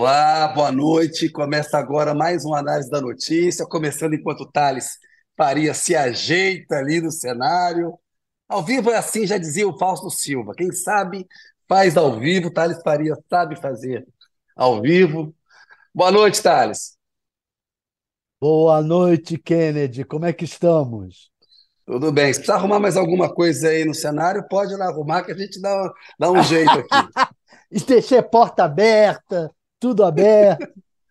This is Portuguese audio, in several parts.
Olá, boa noite. Começa agora mais uma análise da notícia, começando enquanto o Thales Faria se ajeita ali no cenário. Ao vivo é assim, já dizia o Fausto Silva. Quem sabe faz ao vivo, Thales Faria sabe fazer ao vivo. Boa noite, Thales. Boa noite, Kennedy. Como é que estamos? Tudo bem? Se precisar arrumar mais alguma coisa aí no cenário, pode ir lá arrumar que a gente dá um jeito aqui. E deixei a porta aberta, tudo aberto,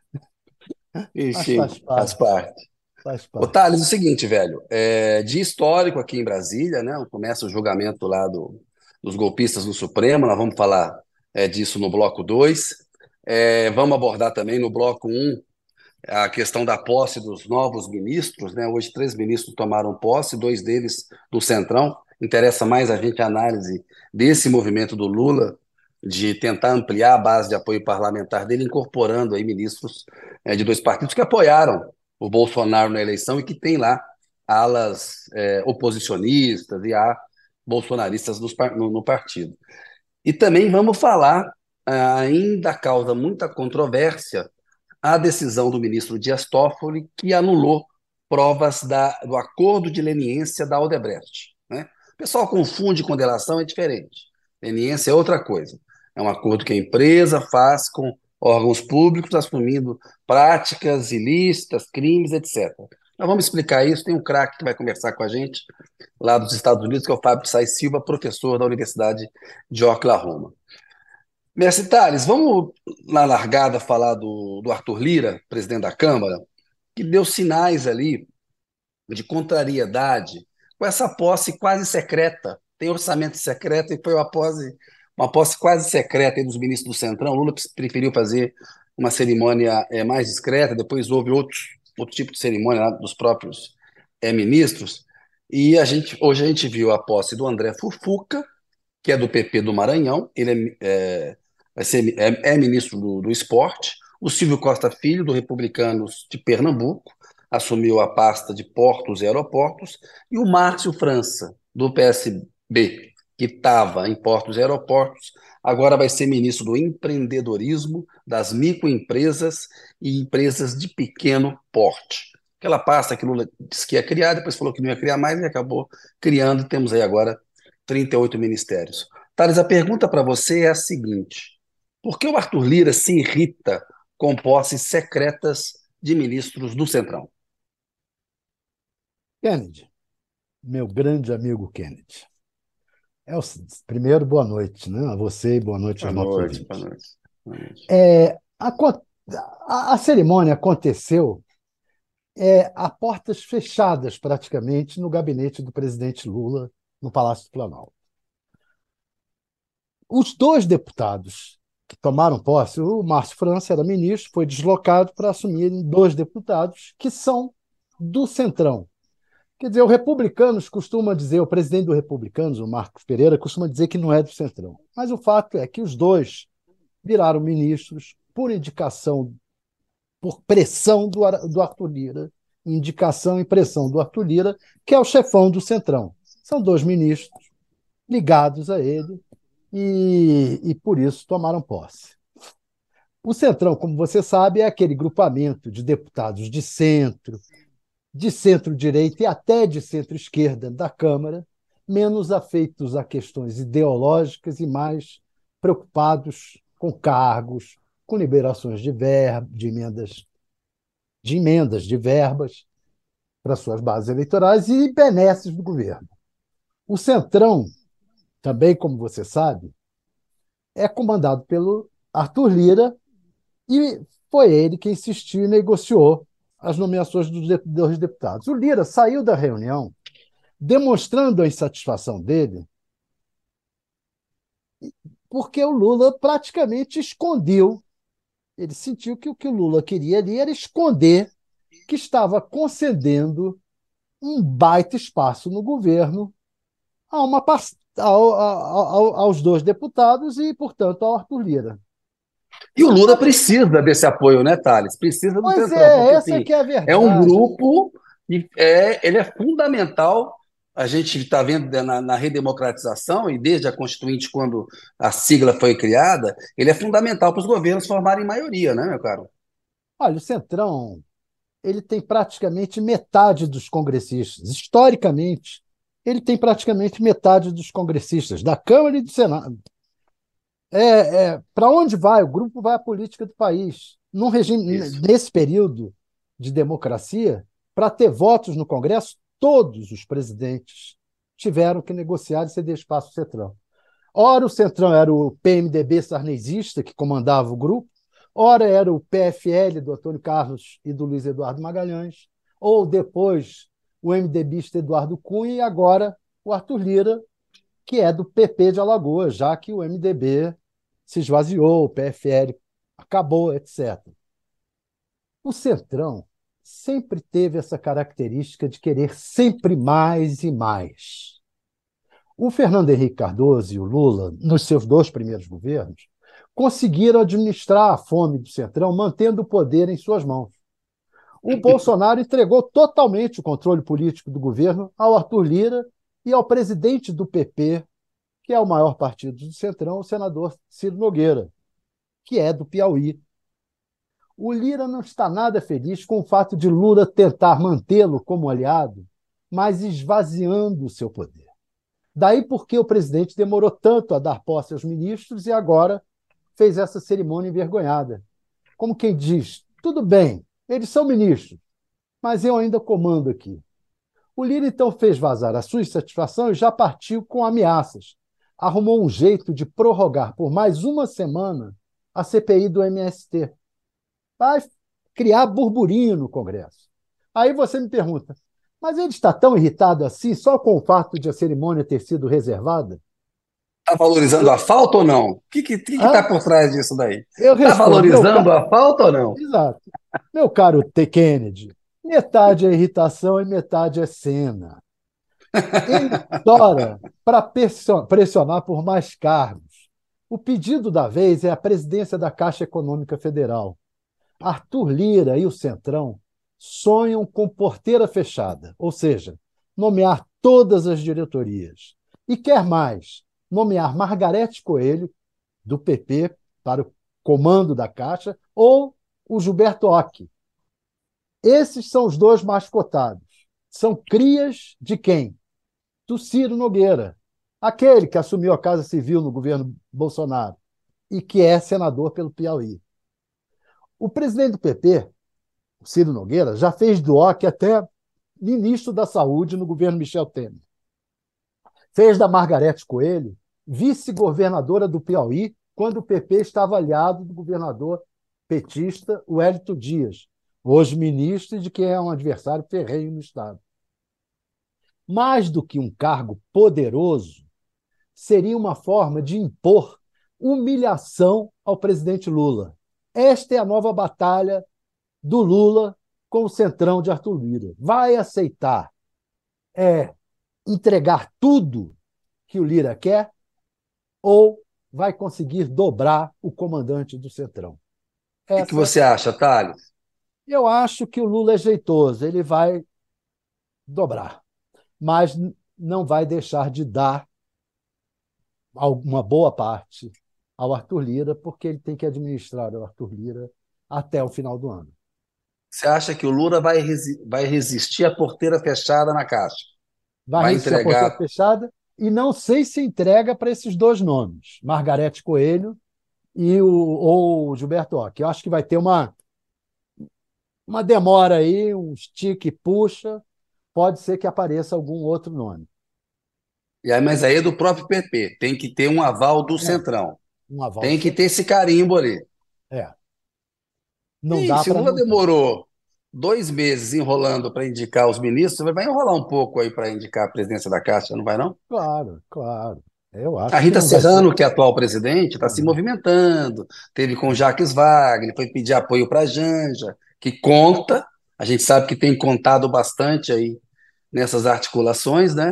mas Enfim, faz faz parte, parte. faz Ô, parte. Thales, é o seguinte, velho, de histórico aqui em Brasília, né? Começa o julgamento lá dos golpistas no Supremo, nós vamos falar disso no bloco 2. Vamos abordar também no bloco um a questão da posse dos novos ministros, né? Hoje três ministros tomaram posse, dois deles do Centrão. Interessa mais a gente a análise desse movimento do Lula de tentar ampliar a base de apoio parlamentar dele, incorporando aí ministros de dois partidos que apoiaram o Bolsonaro na eleição e que tem lá alas oposicionistas e há bolsonaristas no partido. E também vamos falar, ainda causa muita controvérsia, a decisão do ministro Dias Toffoli que anulou provas do acordo de leniência da Odebrecht, né? O pessoal confunde com delação, é diferente. Leniência é outra coisa. É um acordo que a empresa faz com órgãos públicos assumindo práticas ilícitas, crimes, etc. Nós vamos explicar isso. Tem um craque que vai conversar com a gente lá dos Estados Unidos, que é o Fábio Sais Silva, professor da Universidade de Oklahoma. Mestre Tales, vamos na largada falar do Arthur Lira, presidente da Câmara, que deu sinais ali de contrariedade com essa posse quase secreta. Tem orçamento secreto e foi uma posse quase secreta aí dos ministros do Centrão. Lula preferiu fazer uma cerimônia mais discreta, depois houve outro tipo de cerimônia lá dos próprios ministros. E hoje a gente viu a posse do André Fufuca, que é do PP do Maranhão, ele é ministro do Esporte. O Silvio Costa Filho, do Republicanos de Pernambuco, assumiu a pasta de Portos e Aeroportos, e o Márcio França, do PSB, que estava em Portos e Aeroportos, agora vai ser ministro do Empreendedorismo, das microempresas e empresas de pequeno porte. Aquela pasta que Lula disse que ia criar, depois falou que não ia criar mais e acabou criando, e temos aí agora 38 ministérios. Thales, a pergunta para você é a seguinte: por que o Arthur Lira se irrita com posses secretas de ministros do Centrão? Kennedy, meu grande amigo Kennedy. Primeiro, boa noite, né? A você e boa noite Boa aos nossos noite, boa ouvintes. noite. Boa noite. É, a, co- a cerimônia aconteceu a portas fechadas, praticamente, no gabinete do presidente Lula, no Palácio do Planalto. Os dois deputados que tomaram posse, o Márcio França era ministro, foi deslocado para assumir dois deputados que são do Centrão. Quer dizer, os republicanos costumam dizer, o presidente dos republicanos, o Marcos Pereira, costuma dizer que não é do Centrão. Mas o fato é que os dois viraram ministros por indicação, por pressão do Arthur Lira, indicação e pressão do Arthur Lira, que é o chefão do Centrão. São dois ministros ligados a ele e por isso tomaram posse. O Centrão, como você sabe, é aquele grupamento de deputados de centro-direita e até de centro-esquerda da Câmara, menos afeitos a questões ideológicas e mais preocupados com cargos, com liberações de emendas, de verbas para suas bases eleitorais e benesses do governo. O Centrão, também, como você sabe, é comandado pelo Arthur Lira e foi ele que insistiu e negociou as nomeações dos deputados. O Lira saiu da reunião demonstrando a insatisfação dele, porque o Lula praticamente escondeu. Ele sentiu que o que o Lula queria ali era esconder que estava concedendo um baita espaço no governo a uma, aos dois deputados e, portanto, ao Arthur Lira. E o Lula precisa desse apoio, né, Thales? Precisa do Pois Centrão, é, porque essa assim, que é a é um verdade. grupo ele é fundamental a gente está vendo na redemocratização, e desde a Constituinte, quando a sigla foi criada, ele é fundamental para os governos formarem maioria, né, meu caro? Olha, o Centrão, ele tem praticamente metade dos congressistas. Historicamente, ele tem praticamente metade dos congressistas, da Câmara e do Senado. Para onde vai? O grupo vai à política do país. Num regime, Isso. nesse período de democracia, para ter votos no Congresso, todos os presidentes tiveram que negociar e ceder espaço ao Centrão. Ora, o Centrão era o PMDB sarnezista, que comandava o grupo, ora era o PFL do Antônio Carlos e do Luiz Eduardo Magalhães, ou depois o MDBista Eduardo Cunha, e agora o Arthur Lira, que é do PP de Alagoas, já que o MDB se esvaziou, o PFL acabou, etc. O Centrão sempre teve essa característica de querer sempre mais e mais. O Fernando Henrique Cardoso e o Lula, nos seus dois primeiros governos, conseguiram administrar a fome do Centrão, mantendo o poder em suas mãos. O Bolsonaro entregou totalmente o controle político do governo ao Arthur Lira e ao presidente do PP, que é o maior partido do Centrão, o senador Ciro Nogueira, que é do Piauí. O Lira não está nada feliz com o fato de Lula tentar mantê-lo como aliado, mas esvaziando o seu poder. Daí porque o presidente demorou tanto a dar posse aos ministros e agora fez essa cerimônia envergonhada. Como quem diz, tudo bem, eles são ministros, mas eu ainda comando aqui. O Lira então fez vazar a sua insatisfação e já partiu com ameaças. Arrumou um jeito de prorrogar por mais uma semana a CPI do MST. Vai criar burburinho no Congresso. Aí você me pergunta, mas ele está tão irritado assim só com o fato de a cerimônia ter sido reservada? Está valorizando Eu, a falta ou não? O que está ah, por trás disso daí? eu Está respondo, valorizando a falta ou não? exato. Meu caro T. Kennedy, metade é irritação e metade é cena. Ele tora para pressionar por mais cargos. O pedido da vez é a presidência da Caixa Econômica Federal. Arthur Lira e o Centrão sonham com porteira fechada, ou seja, nomear todas as diretorias. E quer mais, nomear Margarete Coelho, do PP, para o comando da Caixa, ou o Gilberto Occhi. Esses são os dois mais cotados. São crias de quem? Do Ciro Nogueira, aquele que assumiu a Casa Civil no governo Bolsonaro e que é senador pelo Piauí. O presidente do PP, o Ciro Nogueira, já fez do Occhi até ministro da Saúde no governo Michel Temer. Fez da Margarete Coelho vice-governadora do Piauí quando o PP estava aliado do governador petista Wellington Dias, hoje ministro e de quem é um adversário ferrenho no Estado. Mais do que um cargo poderoso, seria uma forma de impor humilhação ao presidente Lula. Esta é a nova batalha do Lula com o centrão de Arthur Lira. Vai aceitar entregar tudo que o Lira quer ou vai conseguir dobrar o comandante do centrão? O que Essa, você acha, Thales? eu acho que o Lula é jeitoso, ele vai dobrar, mas não vai deixar de dar alguma boa parte ao Arthur Lira, porque ele tem que administrar o Arthur Lira até o final do ano. Você acha que o Lula vai resistir à porteira fechada na Caixa? Vai Vai resistir à porteira entregar. fechada e não sei se entrega para esses dois nomes, Margarete Coelho ou Gilberto Occhi. Eu acho que vai ter uma demora aí, um estique e puxa, pode ser que apareça algum outro nome. Mas aí é do próprio PP. Tem que ter um aval do É, Centrão. um aval do Tem que ter centro. esse carimbo ali. É, não E dá se o para Lula não ter. demorou 2 meses enrolando para indicar os ministros, vai enrolar um pouco aí para indicar a presidência da Caixa, não vai não? Claro, claro. Eu A acho que Rita não vai ser. Serrano, que é a atual presidente, está se movimentando, teve com Jacques Wagner, foi pedir apoio para a Janja, que conta, a gente sabe que tem contado bastante aí nessas articulações, né?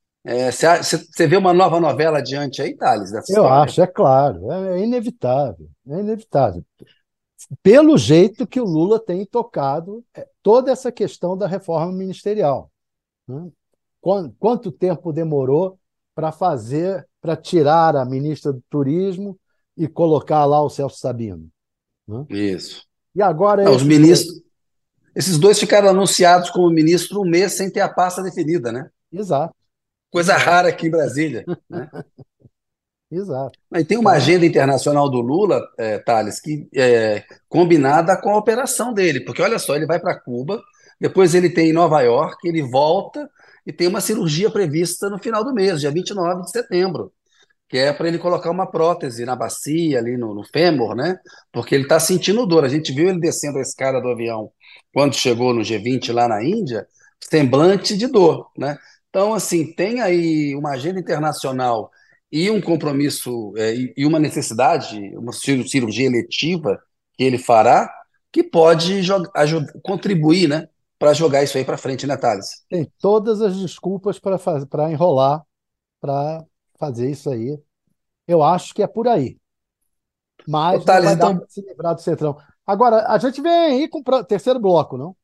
Você vê uma nova novela adiante aí, Thales, dessa Eu história? acho, é claro, é inevitável, é inevitável. Pelo jeito que o Lula tem tocado toda essa questão da reforma ministerial, né? quanto tempo demorou para tirar a ministra do Turismo e colocar lá o Celso Sabino, né? Isso. E agora Não, os esses dois. ministros, esses dois ficaram anunciados como ministro um mês sem ter a pasta definida, né? Exato, Coisa exato, rara aqui em Brasília, né? exato. E tem uma Então, agenda internacional do Lula, Thales, que é combinada com a operação dele, porque olha só, ele vai para Cuba, depois ele tem em Nova York, ele volta e tem uma cirurgia prevista no final do mês, dia 29 de setembro, que é para ele colocar uma prótese na bacia, ali no fêmur, né? Porque ele está sentindo dor. A gente viu ele descendo a escada do avião quando chegou no G20 lá na Índia, semblante de dor, né? Então, assim, tem aí uma agenda internacional e um compromisso e uma necessidade, uma cirurgia eletiva que ele fará, que pode contribuir, né, para jogar isso aí para frente, né, Thales? tem todas as desculpas para enrolar, para fazer isso aí. Eu acho que é por aí, Ô, mas não Thales, vai dar então para se livrar do Centrão. Agora, a gente vem aí com o terceiro bloco, não?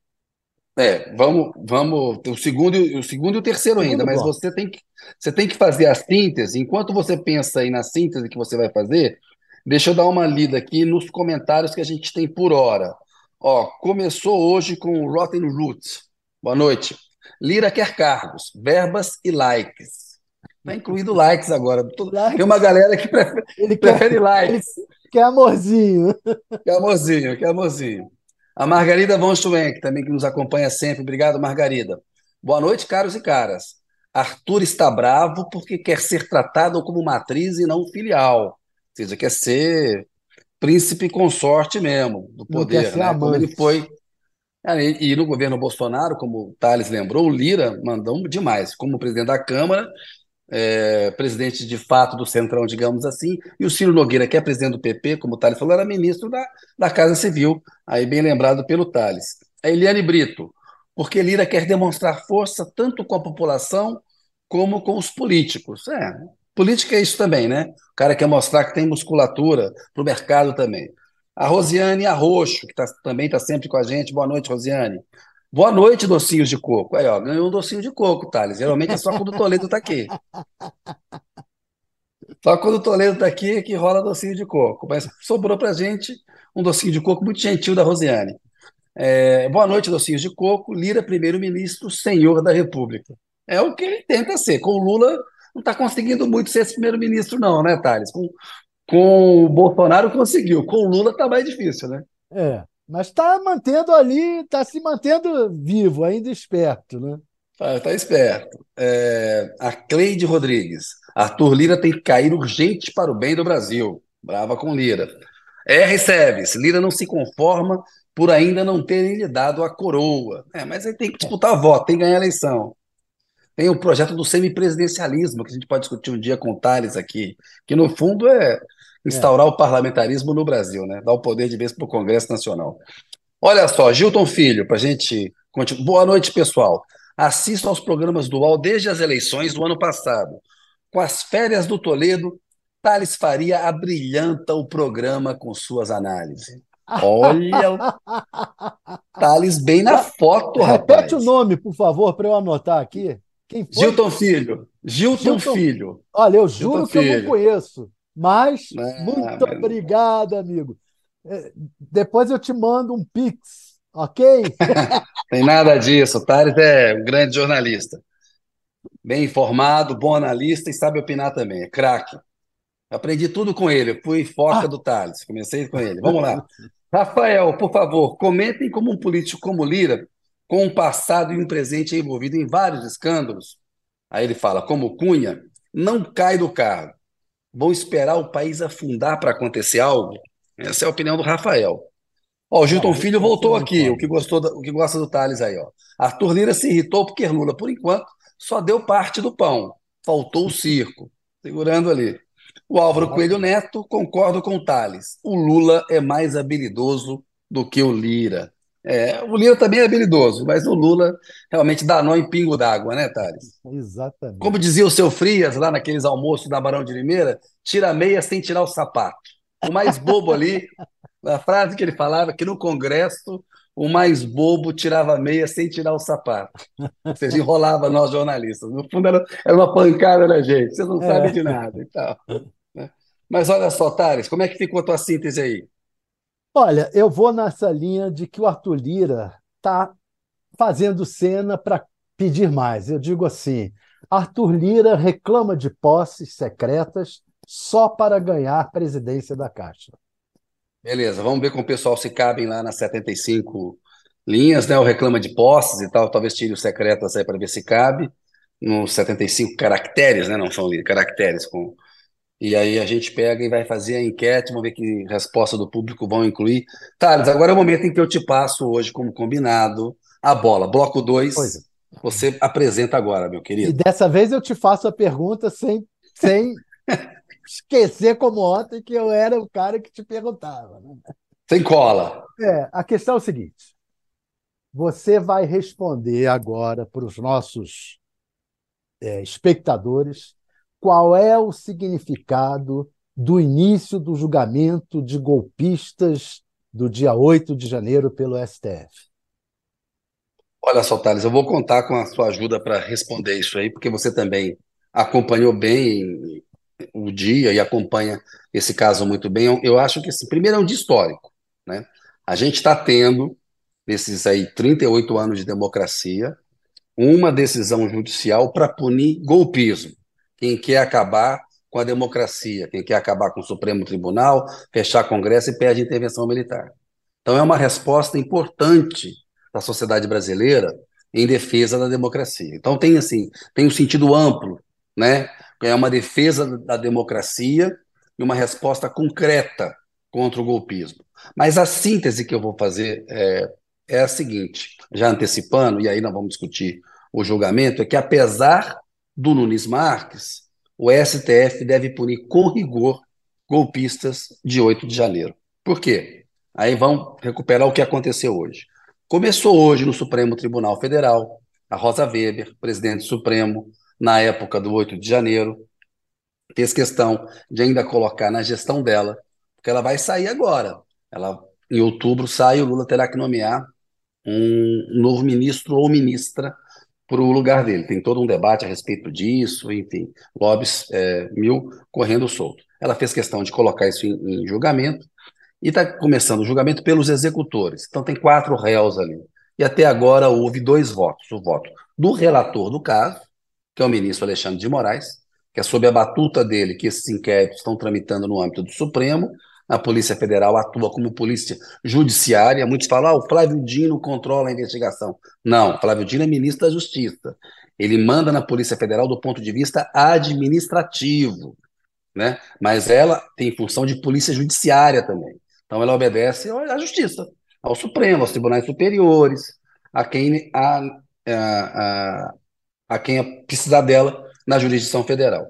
Vamos, o segundo e o terceiro ainda, Segundo mas bloco. você tem que fazer a síntese. Enquanto você pensa aí na síntese que você vai fazer, deixa eu dar uma lida aqui nos comentários que a gente tem por hora. Ó, começou hoje com o Rotten Roots. Boa noite. Lira quer cargos, verbas e likes. Está incluído likes agora. Tem uma Likes, galera que prefere, ele quer, prefere ele likes. quer amorzinho. Que amorzinho, que amorzinho. A Margarida von Schwenk, também que nos acompanha sempre. Obrigado, Margarida. Boa noite, caros e caras. Arthur está bravo porque quer ser tratado como matriz e não filial. Ou seja, quer ser príncipe consorte mesmo, do Não quer poder, ser né? Como ele foi. amante. E no governo Bolsonaro, como o Thales lembrou, o Lira mandou demais. Como presidente da Câmara, presidente de fato do Centrão, digamos assim, e o Ciro Nogueira, que é presidente do PP, como o Thales falou, era ministro da Casa Civil, aí bem lembrado pelo Thales. A Eliane Brito, porque Lira quer demonstrar força tanto com a população como com os políticos. Política é isso também, né? O cara quer mostrar que tem musculatura para o mercado também. A Rosiane Arroxo, que também está sempre com a gente. Boa noite, Rosiane. Boa noite, docinhos de coco. Aí, ó, ganhou um docinho de coco, Thales. Geralmente é só quando o Toledo está aqui. Só quando o Toledo está aqui é que rola docinho de coco. Mas sobrou para gente um docinho de coco muito gentil da Rosiane. Boa noite, docinhos de coco. Lira, primeiro-ministro, senhor da República. É o que ele tenta ser. Com o Lula, não está conseguindo muito ser esse primeiro-ministro, não, né, Thales? Com o Bolsonaro conseguiu. Com o Lula está mais difícil, né? Mas está mantendo ali, está se mantendo vivo, ainda esperto, né? Tá esperto. A Cleide Rodrigues. Arthur Lira tem que cair urgente para o bem do Brasil. Brava com Lira. R. Seves. Lira não se conforma por ainda não terem lhe dado a coroa. Mas aí tem que disputar voto, tem que ganhar a eleição. Tem o projeto do semipresidencialismo, que a gente pode discutir um dia com o Thales aqui, que no fundo é É. instaurar o parlamentarismo no Brasil, né? Dar o poder de vez para o Congresso Nacional. Olha só, Gilton Filho, para a gente continuar. Boa noite, pessoal. Assisto aos programas do UOL desde as eleições do ano passado. Com as férias do Toledo, Thales Faria abrilhanta o programa com suas análises. Olha o Thales bem na foto, Repete o rapaz. nome, por favor, para eu anotar aqui. Quem foi? Gilton Filho. Gilton Gilton. Filho. Olha, eu Gilton juro que eu não Filho. conheço, mas Ah, muito mas obrigado, amigo. Depois eu te mando um Pix, ok? tem nada disso. O Thales é um grande jornalista. Bem informado, bom analista e sabe opinar também. É craque. Aprendi tudo com ele. Eu fui foca Ah, do Thales. Comecei com ele. Vamos lá. Rafael, por favor, comentem como um político como Lira, com um passado e um presente envolvido em vários escândalos, aí ele fala, como Cunha, não cai do cargo. Vão esperar o país afundar para acontecer algo? Essa é a opinião do Rafael. Ó, o Gilton Filho esse eu voltou não aqui, o que informo. gostou, o que gosta do Thales aí, ó. Arthur Lira se irritou porque Lula, por enquanto, só deu parte do pão. Faltou o circo, segurando ali. O Álvaro Coelho Exatamente. Neto, concordo com o Thales. O Lula é mais habilidoso do que o Lira. O Lira também é habilidoso, mas o Lula realmente dá nó em pingo d'água, né, Thales? Como Exatamente. dizia o seu Frias lá naqueles almoços da Barão de Limeira, tira a meia sem tirar o sapato. O mais bobo ali, a frase que ele falava, que no Congresso o mais bobo tirava a meia sem tirar o sapato. Ou seja, enrolava nós jornalistas. No fundo, era uma pancada na gente. Vocês não sabem de É. nada e tal, né? Mas olha só, Thales, como é que ficou a tua síntese aí? Olha, eu vou nessa linha de que o Arthur Lira está fazendo cena para pedir mais. Eu digo assim: Arthur Lira reclama de posses secretas só para ganhar a presidência da Caixa. Beleza, vamos ver com o pessoal se cabem lá nas 75 linhas, né? O reclama de posses e tal, talvez tire o secretas aí para ver se cabe. Nos 75 caracteres, né? Não são caracteres com. E aí a gente pega e vai fazer a enquete, vamos ver que resposta do público vão incluir. Thales, agora é o momento em que eu te passo hoje, como combinado, a bola. Bloco Pois é. 2, você apresenta agora, meu E querido. dessa vez eu te faço a pergunta sem esquecer, como ontem, que eu era o cara que te perguntava, né? Sem cola. A questão é o seguinte: você vai responder agora para os nossos espectadores qual é o significado do início do julgamento de golpistas do dia 8 de janeiro pelo STF. Olha só, Thales, eu vou contar com a sua ajuda para responder isso aí, porque você também acompanhou bem o dia e acompanha esse caso muito bem. Eu acho que, assim, primeiro, é um dia histórico, né? A gente está tendo, nesses aí 38 anos de democracia, uma decisão judicial para punir golpismo. Quem quer acabar com a democracia, quem quer acabar com o Supremo Tribunal, fechar Congresso e pede intervenção militar. Então, é uma resposta importante da sociedade brasileira em defesa da democracia. Então, tem assim, tem um sentido amplo, né? É uma defesa da democracia e uma resposta concreta contra o golpismo. Mas a síntese que eu vou fazer é a seguinte, já antecipando, e aí nós vamos discutir o julgamento, é que apesar do Nunes Marques, o STF deve punir com rigor golpistas de 8 de janeiro. Por quê? Aí vão recuperar o que aconteceu hoje. Começou hoje no Supremo Tribunal Federal, a Rosa Weber, presidente do Supremo, na época do 8 de janeiro, fez questão de ainda colocar na gestão dela, porque ela vai sair agora. Ela, em outubro sai, o Lula terá que nomear um novo ministro ou ministra para o lugar dele. Tem todo um debate a respeito disso, enfim, lobbies mil correndo solto. Ela fez questão de colocar isso em julgamento, e está começando o julgamento pelos executores. Então, tem 4 réus ali. E até agora houve 2 votos. O voto do relator do caso, que é o ministro Alexandre de Moraes, que é sob a batuta dele que esses inquéritos estão tramitando no âmbito do Supremo. A Polícia Federal atua como polícia judiciária. Muitos falam, o Flávio Dino controla a investigação. Não, o Flávio Dino é ministro da Justiça. Ele manda na Polícia Federal do ponto de vista administrativo, né? Mas ela tem função de polícia judiciária também. Então ela obedece à justiça, ao Supremo, aos tribunais superiores, a quem a quem precisar dela na jurisdição federal.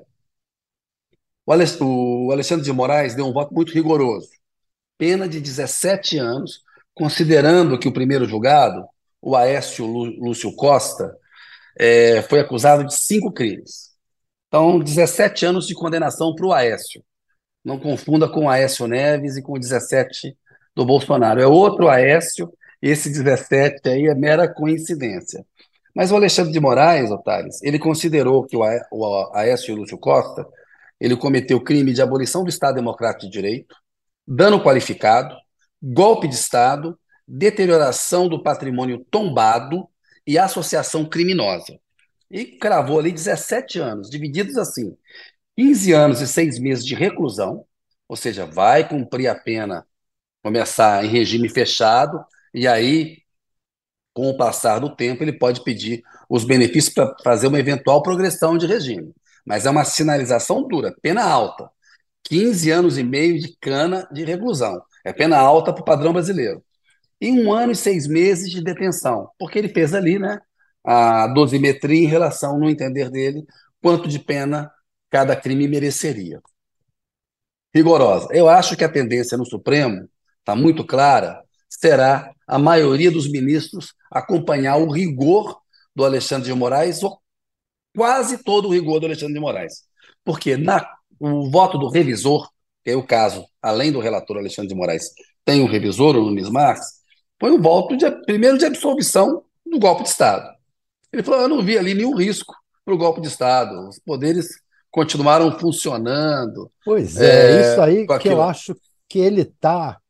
O Alexandre de Moraes deu um voto muito rigoroso, pena de 17 anos, considerando que o primeiro julgado, o Aécio Lúcio Costa, foi acusado de 5 crimes. Então, 17 anos de condenação para o Aécio. Não confunda com o Aécio Neves e com o 17 do Bolsonaro. É outro Aécio, esse 17 aí é mera coincidência. Mas o Alexandre de Moraes, Otávio, ele considerou que o Aécio Lúcio Costa ele cometeu crime de abolição do Estado Democrático de Direito, dano qualificado, golpe de Estado, deterioração do patrimônio tombado e associação criminosa. E cravou ali 17 anos, divididos assim: 15 anos e 6 meses de reclusão, ou seja, vai cumprir a pena, começar em regime fechado, e aí, com o passar do tempo, ele pode pedir os benefícios para fazer uma eventual progressão de regime. Mas é uma sinalização dura, pena alta. 15 anos e meio de cana de reclusão. É pena alta para o padrão brasileiro. E 1 ano e 6 meses de detenção, porque ele fez ali, né, a dosimetria em relação, no entender dele, quanto de pena cada crime mereceria. Rigorosa. Eu acho que a tendência no Supremo está muito clara, será a maioria dos ministros acompanhar o rigor do Alexandre de Moraes, ou quase todo o rigor do Alexandre de Moraes. Porque o voto do revisor, que é o caso, além do relator Alexandre de Moraes, tem o revisor, o Nunes Marques, foi um voto primeiro de absolvição do golpe de Estado. Ele falou: eu não vi ali nenhum risco para o golpe de Estado. Os poderes continuaram funcionando Pois é, isso aí com que eu aquilo. acho que ele está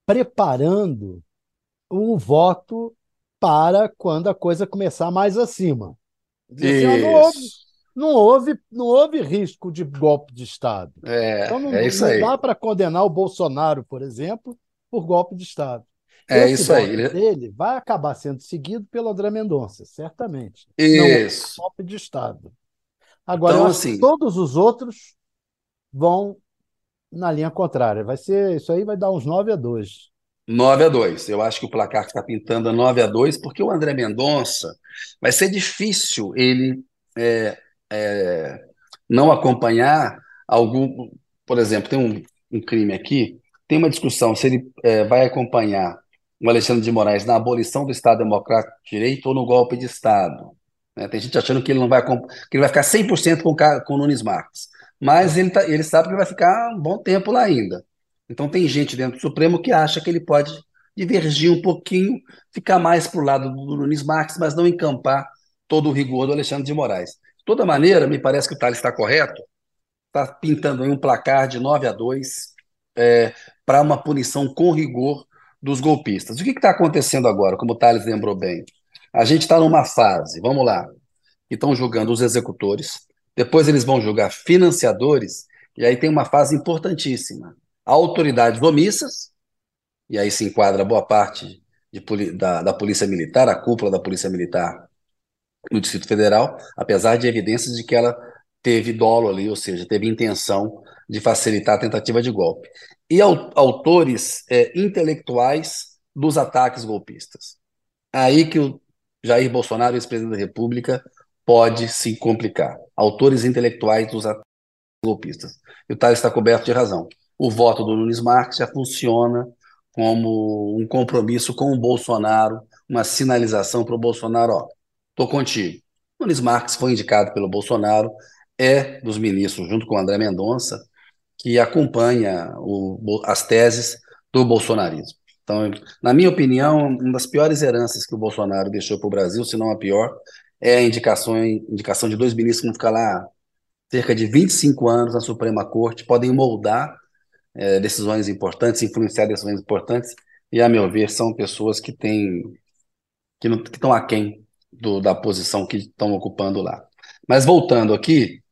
preparando o voto para quando a coisa começar mais acima. Dizer assim, ó, Isso. não houve risco de golpe de Estado. Então É isso não aí. dá para condenar o Bolsonaro, por exemplo, por golpe de Estado. É Esse isso aí. voto dele vai acabar sendo seguido pelo André Mendonça, certamente. Não houve Isso. golpe de Estado. Agora, eu Então, acho que assim, todos os outros vão na linha contrária. Isso aí vai dar uns 9-2. 9-2. Eu acho que o placar está pintando a 9-2, porque o André Mendonça vai ser difícil ele é, é, não acompanhar algum. Por exemplo, tem um crime aqui, tem uma discussão se ele vai acompanhar o Alexandre de Moraes na abolição do Estado Democrático de Direito ou no golpe de Estado. Né? Tem gente achando que ele não vai, que ele vai ficar 100% com o Nunes Marques. Mas ele sabe que ele vai ficar um bom tempo lá ainda. Então tem gente dentro do Supremo que acha que ele pode divergir um pouquinho, ficar mais para o lado do Nunes Marques, mas não encampar todo o rigor do Alexandre de Moraes. De toda maneira, me parece que o Thales está correto, está pintando aí um placar de 9-2 para uma punição com rigor dos golpistas. O que está acontecendo agora, como o Thales lembrou bem? A gente está numa fase, vamos lá, que estão julgando os executores, depois eles vão julgar financiadores, e aí tem uma fase importantíssima. Autoridades omissas, e aí se enquadra boa parte da Polícia Militar, a cúpula da Polícia Militar no Distrito Federal, apesar de evidências de que ela teve dolo ali, ou seja, teve intenção de facilitar a tentativa de golpe. E autores intelectuais dos ataques golpistas. Aí que o Jair Bolsonaro, ex-presidente da República, pode se complicar. Autores intelectuais dos ataques golpistas. E o Thales está coberto de razão. O voto do Nunes Marques já funciona como um compromisso com o Bolsonaro, uma sinalização para o Bolsonaro, ó, estou contigo. Nunes Marques foi indicado pelo Bolsonaro, é dos ministros, junto com o André Mendonça, que acompanha as teses do bolsonarismo. Então, na minha opinião, uma das piores heranças que o Bolsonaro deixou para o Brasil, se não a pior, é a indicação de dois ministros que vão ficar lá cerca de 25 anos na Suprema Corte, podem moldar decisões importantes, influenciar decisões importantes, e, a meu ver, são pessoas que estão aquém da posição que estão ocupando lá. Mas voltando aqui,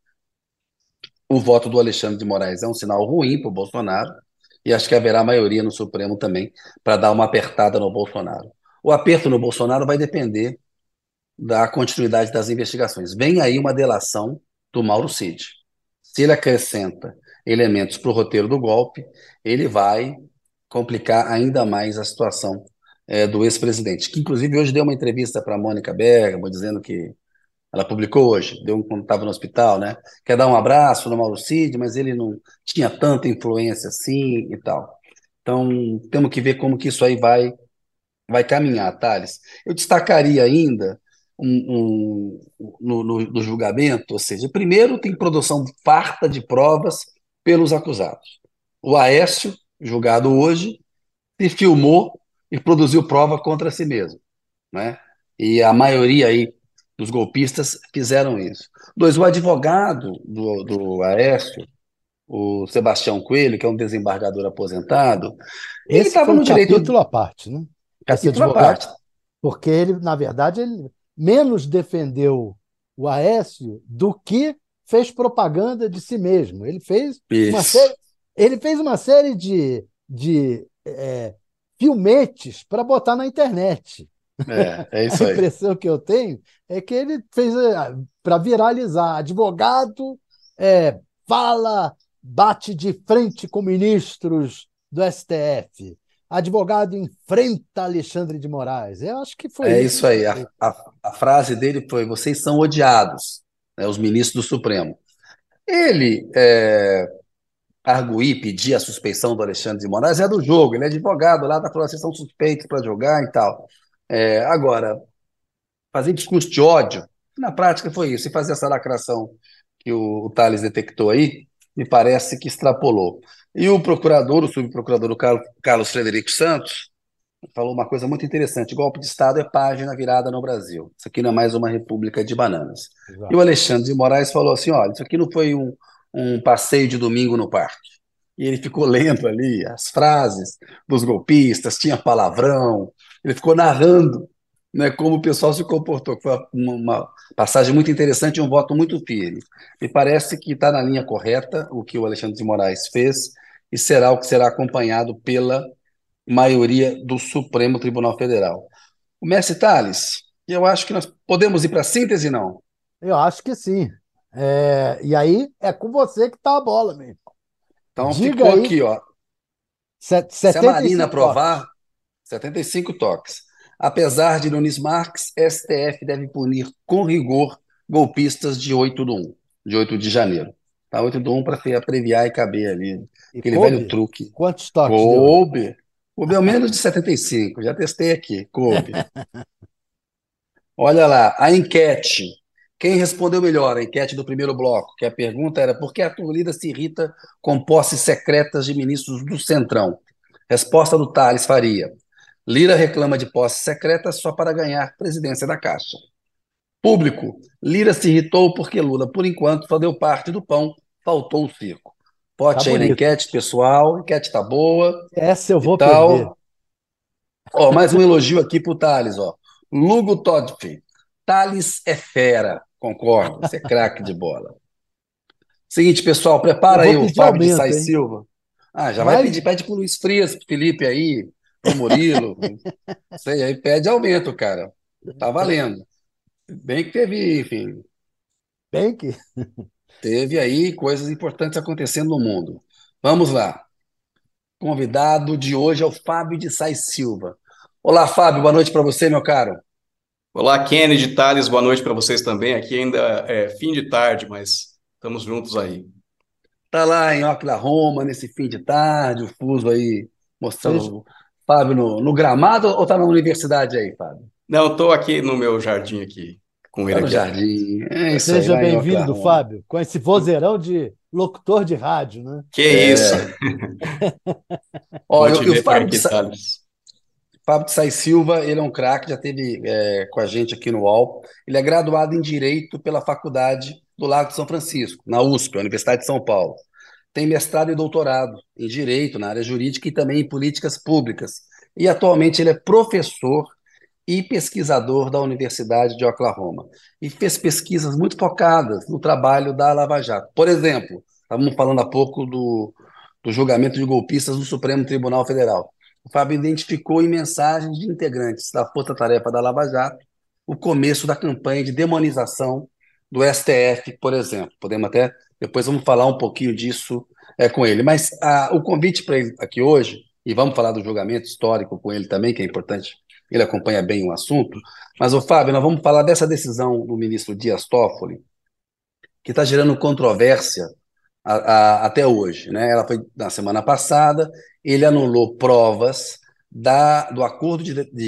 o voto do Alexandre de Moraes é um sinal ruim para o Bolsonaro, e acho que haverá maioria no Supremo também para dar uma apertada no Bolsonaro. O aperto no Bolsonaro vai depender da continuidade das investigações. Vem aí uma delação do Mauro Cid. Se ele acrescenta elementos para o roteiro do golpe, ele vai complicar ainda mais a situação do ex-presidente, que inclusive hoje deu uma entrevista para a Mônica Bergamo, dizendo que ela publicou hoje, quando estava no hospital, né? Quer dar um abraço no Mauro Cid, mas ele não tinha tanta influência assim e tal. Então, temos que ver como que isso aí vai caminhar, Thales. Eu destacaria ainda no julgamento, ou seja, primeiro tem produção farta de provas pelos acusados. O Aécio, julgado hoje, se filmou e produziu prova contra si mesmo, né? E a maioria aí dos golpistas fizeram isso. Dois, o advogado do Aécio, o Sebastião Coelho, que é um desembargador aposentado, ele Esse estava foi um no direito, capítulo à parte, né? Esse capítulo à advogado, parte. porque ele, na verdade, ele menos defendeu o Aécio do que fez propaganda de si mesmo. Isso. Ele fez uma série de filmetes para botar na internet. É A isso aí. impressão que eu tenho é que ele fez para viralizar. Advogado fala, bate de frente com ministros do STF. Advogado enfrenta Alexandre de Moraes. Eu acho que foi É isso isso que ele aí. fez. A frase dele foi: vocês são odiados, né, os ministros do Supremo. Ele arguir, pedir a suspeição do Alexandre de Moraes é do jogo, ele é advogado lá, tá falando, vocês são suspeitos para jogar e tal. Agora, fazer discurso de ódio, na prática foi isso, e fazer essa lacração que o Thales detectou aí, me parece que extrapolou. E o procurador, o subprocurador o Carlos Frederico Santos, falou uma coisa muito interessante: golpe de Estado é página virada no Brasil. Isso aqui não é mais uma república de bananas. E o Exato. Alexandre de Moraes falou assim: olha, isso aqui não foi um passeio de domingo no parque. E ele ficou lendo ali as frases dos golpistas, tinha palavrão, ele ficou narrando, né, como o pessoal se comportou. Foi uma passagem muito interessante e um voto muito firme. Me parece que está na linha correta o que o Alexandre de Moraes fez e será o que será acompanhado pela maioria do Supremo Tribunal Federal. O Mestre Tales, eu acho que nós podemos ir para a síntese, não? Eu acho que sim. E aí é com você que está a bola, meu irmão. Então Diga ficou aí, aqui, ó. Se a Marina 75 aprovar, toques. 75 toques. Apesar de Nunes Marques, STF deve punir com rigor golpistas de 8 do 1, de 8 de janeiro. Tá, 8 do 1 para abreviar e caber ali, E aquele velho coube? truque. Quantos toques deu? Coube. Coube ao menos de 75, já testei aqui, coube. Olha lá, a enquete. Quem respondeu melhor? A enquete do primeiro bloco, que a pergunta era: por que Arthur Lira se irrita com posses secretas de ministros do Centrão? Resposta do Thales Faria: Lira reclama de posses secretas só para ganhar presidência da Caixa. Público: Lira se irritou porque Lula, por enquanto, só deu parte do pão, faltou o circo. Tá Pote aí na bonito. enquete, pessoal. A enquete tá boa Essa eu e vou perder. tal. Ó, mais um elogio aqui pro Thales, ó. Lugo Todfi. Thales é fera. Concordo, você é craque de bola. Seguinte, pessoal, Eu prepara aí vou o pedir Fábio de aumento, Sais hein? Silva. Ah, já vai Mas, pedir, pede pro Luiz Frias, pro Felipe aí, pro Murilo. Sei, aí pede aumento, cara. Tá valendo. Bem que teve, enfim, bem que. teve aí coisas importantes acontecendo no mundo. Vamos lá. Convidado de hoje é o Fábio de Sais Silva. Olá, Fábio, boa noite para você, meu caro. Olá, Kennedy, Thales, boa noite para vocês também. Aqui ainda é fim de tarde, mas estamos juntos aí. Tá lá em Oklahoma, nesse fim de tarde, o fuso aí Seja, mostrando o Fábio no gramado, ou tá na universidade aí, Fábio? Não, estou aqui no meu jardim aqui, com ele Tá no aqui atrás. jardim. É isso aí, seja lá em bem-vindo, Oklahoma. Fábio, com esse vozeirão de locutor de rádio, né? Que isso? É. Ó, Bom te e o ver por Fábio de, aqui, Thales. Fábio de Sais Silva, ele é um craque, já esteve com a gente aqui no UOL. Ele é graduado em Direito pela Faculdade do Lago de São Francisco, na USP, a Universidade de São Paulo. Tem mestrado e doutorado em Direito, na área jurídica e também em políticas públicas. E atualmente ele é professor e pesquisador da Universidade de Oklahoma. E fez pesquisas muito focadas no trabalho da Lava Jato. Por exemplo, estávamos falando há pouco do julgamento de golpistas no Supremo Tribunal Federal. O Fábio identificou em mensagens de integrantes da Força Tarefa da Lava Jato o começo da campanha de demonização do STF, por exemplo. Podemos até, depois vamos falar um pouquinho disso com ele. Mas o convite para ele aqui hoje, e vamos falar do julgamento histórico com ele também, que é importante, ele acompanha bem o assunto. Mas, ô Fábio, nós vamos falar dessa decisão do ministro Dias Toffoli, que está gerando controvérsia até hoje, né? Ela foi na semana passada, ele anulou provas do acordo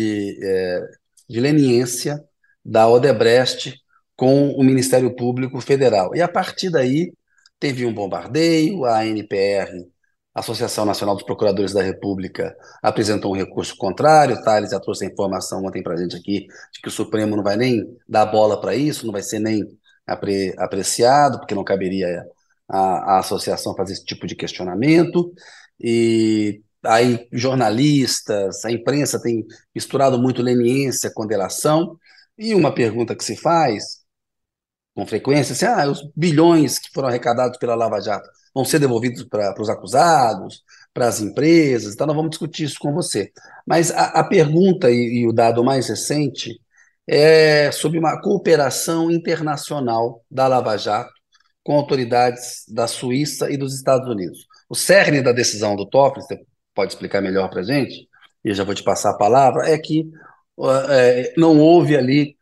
de leniência da Odebrecht com o Ministério Público Federal. E a partir daí teve um bombardeio, a ANPR, Associação Nacional dos Procuradores da República, apresentou um recurso contrário. O Thales já trouxe a informação ontem para a gente aqui de que o Supremo não vai nem dar bola para isso, não vai ser nem apreciado, porque não caberia a associação fazer esse tipo de questionamento. E aí jornalistas, a imprensa tem misturado muito leniência com delação. E uma pergunta que se faz com frequência, assim, os bilhões que foram arrecadados pela Lava Jato vão ser devolvidos para os acusados, para as empresas, então nós vamos discutir isso com você. Mas a pergunta e o dado mais recente é sobre uma cooperação internacional da Lava Jato com autoridades da Suíça e dos Estados Unidos. O cerne da decisão do Toffoli, você pode explicar melhor para a gente, e eu já vou te passar a palavra, é que não houve ali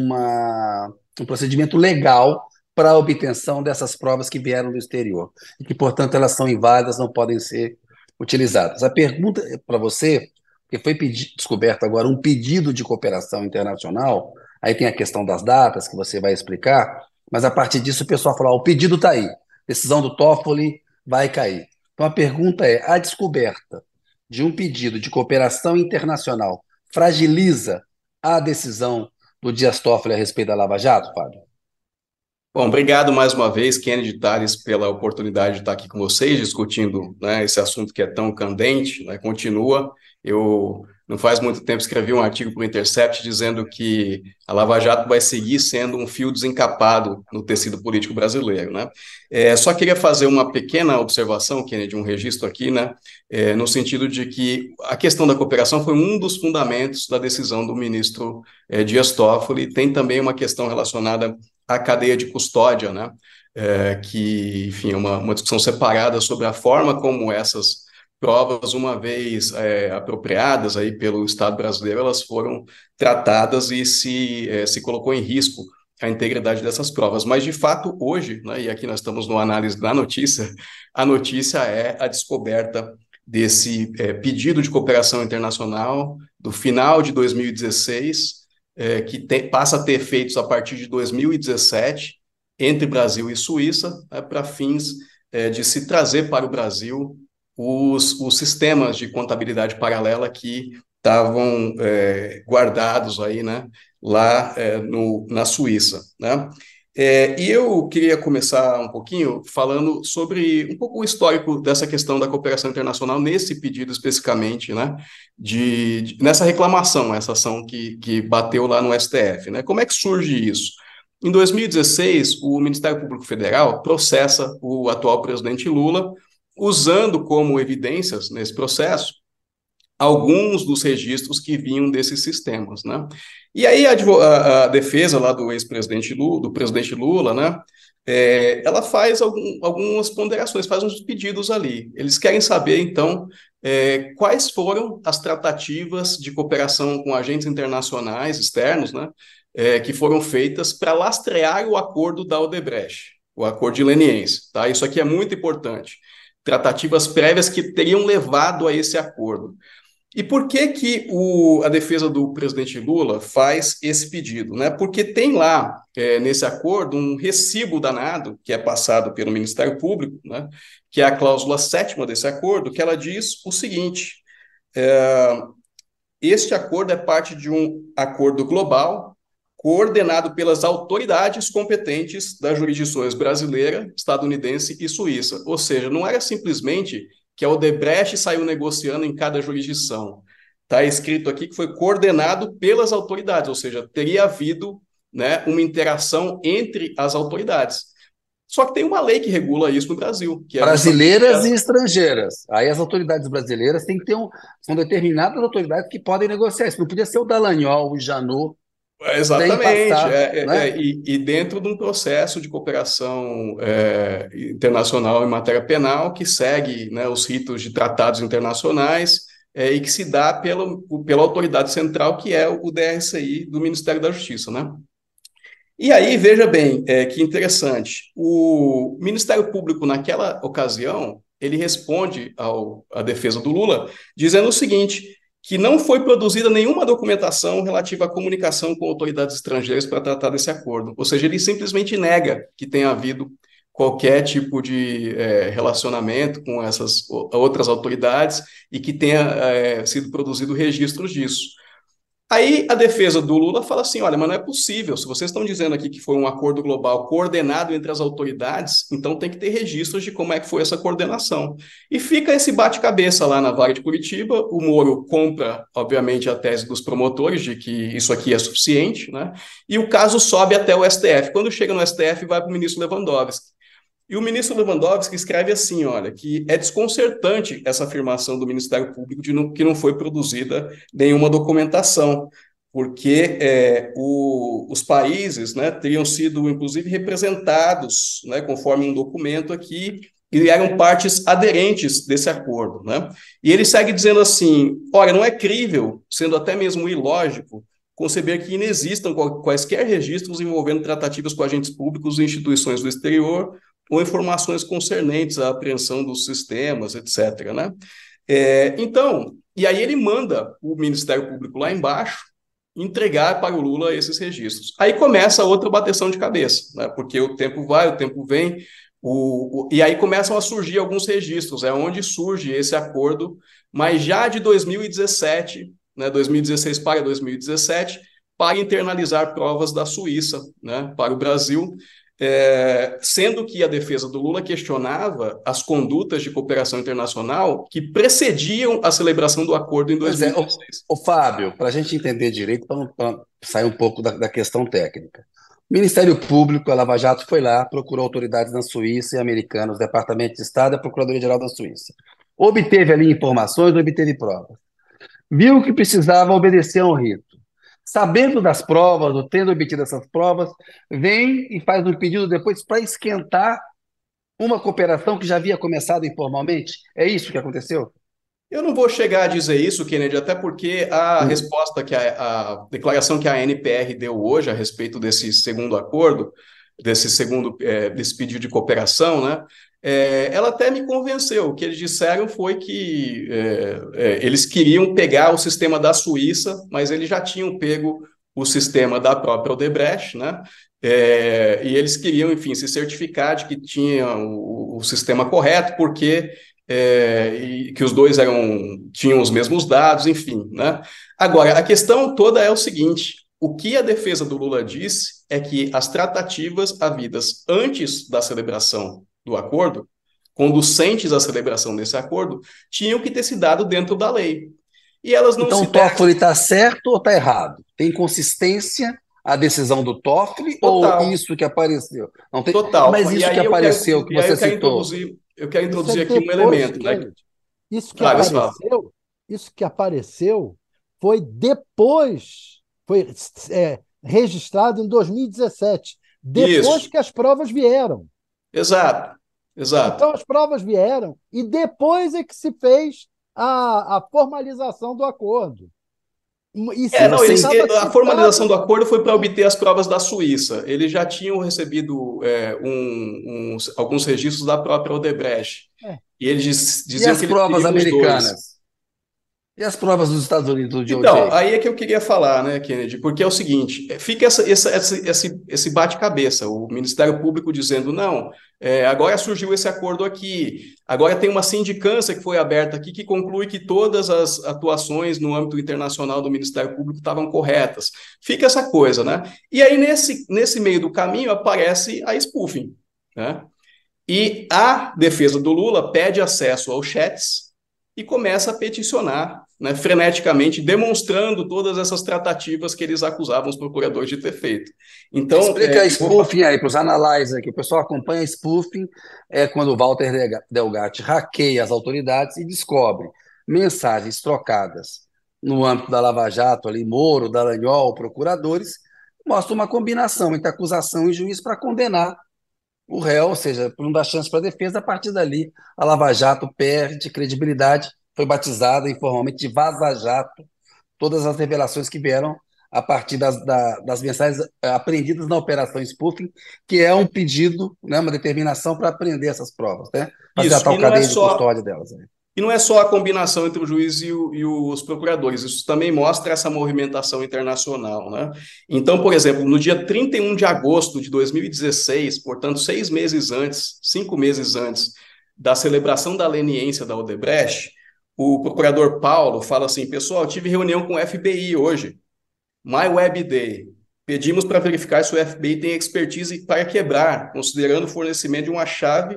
um procedimento legal para a obtenção dessas provas que vieram do exterior e que, portanto, elas são inválidas, não podem ser utilizadas. A pergunta para você, porque foi descoberto agora um pedido de cooperação internacional, aí tem a questão das datas que você vai explicar, mas a partir disso o pessoal falou: o pedido está aí, decisão do Toffoli vai cair. Então a pergunta é: a descoberta de um pedido de cooperação internacional fragiliza a decisão do Dias Toffoli a respeito da Lava Jato, Fábio? Bom, obrigado mais uma vez, Kennedy Tales, pela oportunidade de estar aqui com vocês, discutindo, né, esse assunto que é tão candente, né, continua. Eu, não faz muito tempo, escrevi um artigo para o Intercept dizendo que a Lava Jato vai seguir sendo um fio desencapado no tecido político brasileiro, né? Só queria fazer uma pequena observação, Kennedy, um registro aqui, né, no sentido de que a questão da cooperação foi um dos fundamentos da decisão do ministro Dias Toffoli. Tem também uma questão relacionada a cadeia de custódia, né? Que, enfim, é uma discussão separada sobre a forma como essas provas, uma vez apropriadas aí pelo Estado brasileiro, elas foram tratadas e se colocou em risco a integridade dessas provas. Mas, de fato, hoje, né, e aqui nós estamos no análise da notícia, a notícia é a descoberta desse pedido de cooperação internacional do final de 2016, que passa a ter efeitos a partir de 2017 entre Brasil e Suíça, para fins de se trazer para o Brasil os sistemas de contabilidade paralela que estavam guardados aí, né, lá na Suíça, né? E eu queria começar um pouquinho falando sobre um pouco o histórico dessa questão da cooperação internacional nesse pedido especificamente, né, nessa reclamação, essa ação que bateu lá no STF, né? Como é que surge isso? Em 2016, o Ministério Público Federal processa o atual presidente Lula, usando como evidências nesse processo alguns dos registros que vinham desses sistemas, né? E aí a defesa lá do ex-presidente Lula, do presidente Lula, né, ela faz algumas ponderações, faz uns pedidos ali. Eles querem saber, então, quais foram as tratativas de cooperação com agentes internacionais externos, né, que foram feitas para lastrear o acordo da Odebrecht, o acordo de leniência, tá? Isso aqui é muito importante. Tratativas prévias que teriam levado a esse acordo. E por que a defesa do presidente Lula faz esse pedido, né? Porque tem lá, nesse acordo, um recibo danado, que é passado pelo Ministério Público, né? Que é a cláusula 7ª desse acordo, que ela diz o seguinte: este acordo é parte de um acordo global coordenado pelas autoridades competentes das jurisdições brasileira, estadunidense e suíça. Ou seja, não era simplesmente que a Odebrecht saiu negociando em cada jurisdição. Está escrito aqui que foi coordenado pelas autoridades, ou seja, teria havido, né, uma interação entre as autoridades. Só que tem uma lei que regula isso no Brasil, que é brasileiras e estrangeiras. Aí as autoridades brasileiras têm que ter são determinadas autoridades que podem negociar. Isso não podia ser o Dallagnol, o Janot. Exatamente, passar, né? E dentro de um processo de cooperação internacional em matéria penal que segue, né, os ritos de tratados internacionais e que se dá pela autoridade central, que é o DRCI do Ministério da Justiça, né? E aí, veja bem, que interessante, o Ministério Público, naquela ocasião, ele responde à defesa do Lula, dizendo o seguinte: que não foi produzida nenhuma documentação relativa à comunicação com autoridades estrangeiras para tratar desse acordo. Ou seja, ele simplesmente nega que tenha havido qualquer tipo de relacionamento com essas outras autoridades e que tenha sido produzido registros disso. Aí a defesa do Lula fala assim: olha, mas não é possível, se vocês estão dizendo aqui que foi um acordo global coordenado entre as autoridades, então tem que ter registros de como é que foi essa coordenação. E fica esse bate-cabeça lá na Vara de Curitiba, o Moro compra, obviamente, a tese dos promotores de que isso aqui é suficiente, né? E o caso sobe até o STF. Quando chega no STF, vai para o ministro Lewandowski. E o ministro Lewandowski escreve assim, olha, que é desconcertante essa afirmação do Ministério Público de que não foi produzida nenhuma documentação, porque os países, né, teriam sido, inclusive, representados, né, conforme um documento aqui, e eram partes aderentes desse acordo, né? E ele segue dizendo assim: olha, não é crível, sendo até mesmo ilógico, conceber que inexistam quaisquer registros envolvendo tratativas com agentes públicos e instituições do exterior ou informações concernentes à apreensão dos sistemas, etc., né? Então, e aí ele manda o Ministério Público lá embaixo entregar para o Lula esses registros. Aí começa outra bateção de cabeça, né? Porque o tempo vai, o tempo vem, e aí começam a surgir alguns registros, onde surge esse acordo mas já de 2017, né, 2016 para 2017, para internalizar provas da Suíça, né, para o Brasil, sendo que a defesa do Lula questionava as condutas de cooperação internacional que precediam a celebração do acordo em Pois é, 2016. Fábio, para a gente entender direito, para sair um pouco da questão técnica. O Ministério Público, a Lava Jato, foi lá, procurou autoridades na Suíça e americanas, Departamento de Estado e a Procuradoria-Geral da Suíça. Obteve ali informações, obteve provas. Viu que precisava obedecer a um rito. Sabendo das provas, ou tendo obtido essas provas, vem e faz um pedido depois para esquentar uma cooperação que já havia começado informalmente. É isso que aconteceu? Eu não vou chegar a dizer isso, Kennedy, até porque a Hum. resposta a declaração que a ANPR deu hoje a respeito desse segundo acordo, desse pedido de cooperação, né? Ela até me convenceu. O que eles disseram foi que eles queriam pegar o sistema da Suíça, mas eles já tinham pego o sistema da própria Odebrecht, né? E eles queriam, enfim, se certificar de que tinha o sistema correto, porque e que os dois tinham os mesmos dados, enfim, né? Agora, a questão toda é o seguinte: o que a defesa do Lula disse é que as tratativas havidas antes da celebração do acordo, conducentes à celebração desse acordo, tinham que ter se dado dentro da lei. E elas não Então se o deram. Toffoli está certo ou está errado? Tem consistência a decisão do Toffoli ou Total, isso que apareceu? Não tem... total. Mas E isso que aí apareceu, que você eu quero citou, introduzir, eu quero Isso é introduzir aqui um depois, elemento, né? Kennedy. Isso que Ah, mas fala. apareceu, isso que apareceu foi depois, foi registrado em 2017, depois Isso, que as provas vieram. exato, exato. Então, as provas vieram e depois é que se fez a formalização do acordo. se Não, você... Estava a formalização citado. do acordo foi para obter as provas da Suíça. Eles já tinham recebido alguns registros da própria Odebrecht. É, E eles E diziam as que eles provas queriam os dois. americanas? E as provas dos Estados Unidos do Então, DOJ? aí é que eu queria falar, né, Kennedy, porque é o seguinte, fica esse bate-cabeça, o Ministério Público dizendo, não, agora surgiu esse acordo aqui, agora tem uma sindicância que foi aberta aqui que conclui que todas as atuações no âmbito internacional do Ministério Público estavam corretas. Fica essa coisa, né? E aí, nesse meio do caminho, aparece a spoofing, né? E a defesa do Lula pede acesso aos chats e começa a peticionar, né, freneticamente, demonstrando todas essas tratativas que eles acusavam os procuradores de ter feito. Então, Explica a spoofing aí para os analyzers aqui. O pessoal acompanha a spoofing quando o Walter Delgatti hackeia as autoridades e descobre mensagens trocadas no âmbito da Lava Jato, ali, Moro, Dallagnol, procuradores, mostra uma combinação entre acusação e juiz para condenar o réu, ou seja, por não dar chance para a defesa. A partir dali, a Lava Jato perde credibilidade, foi batizada informalmente de Vaza Jato, todas as revelações que vieram a partir das mensagens apreendidas na Operação Spoofing, que é um pedido, né, uma determinação para apreender essas provas, né, fazer a isso, tal cadeia de custódia delas. Né. e não é só a combinação entre o juiz e os procuradores, isso também mostra essa movimentação internacional, né? Então, por exemplo, no dia 31 de agosto de 2016, portanto, 6 meses antes, 5 meses antes da celebração da leniência da Odebrecht, o procurador Paulo fala assim, pessoal, tive reunião com o FBI hoje, My Web Day. Pedimos para verificar se o FBI tem expertise para quebrar, considerando o fornecimento de uma chave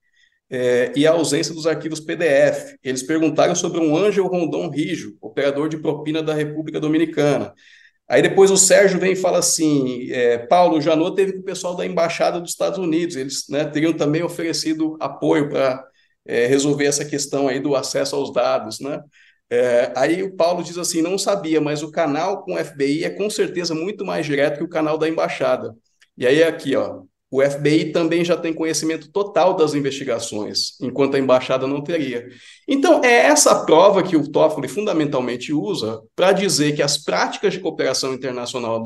e a ausência dos arquivos PDF. Eles perguntaram sobre um Ângelo Rondon Rijo, operador de propina da República Dominicana. Aí depois o Sérgio vem e fala assim, Paulo, o Janot teve com o pessoal da Embaixada dos Estados Unidos, eles, né, teriam também oferecido apoio para resolver essa questão aí do acesso aos dados, né? Aí o Paulo diz assim, não sabia, mas o canal com o FBI é com certeza muito mais direto que o canal da Embaixada. E aí aqui, ó, o FBI também já tem conhecimento total das investigações, enquanto a embaixada não teria. Então, é essa prova que o Toffoli fundamentalmente usa para dizer que as práticas de cooperação internacional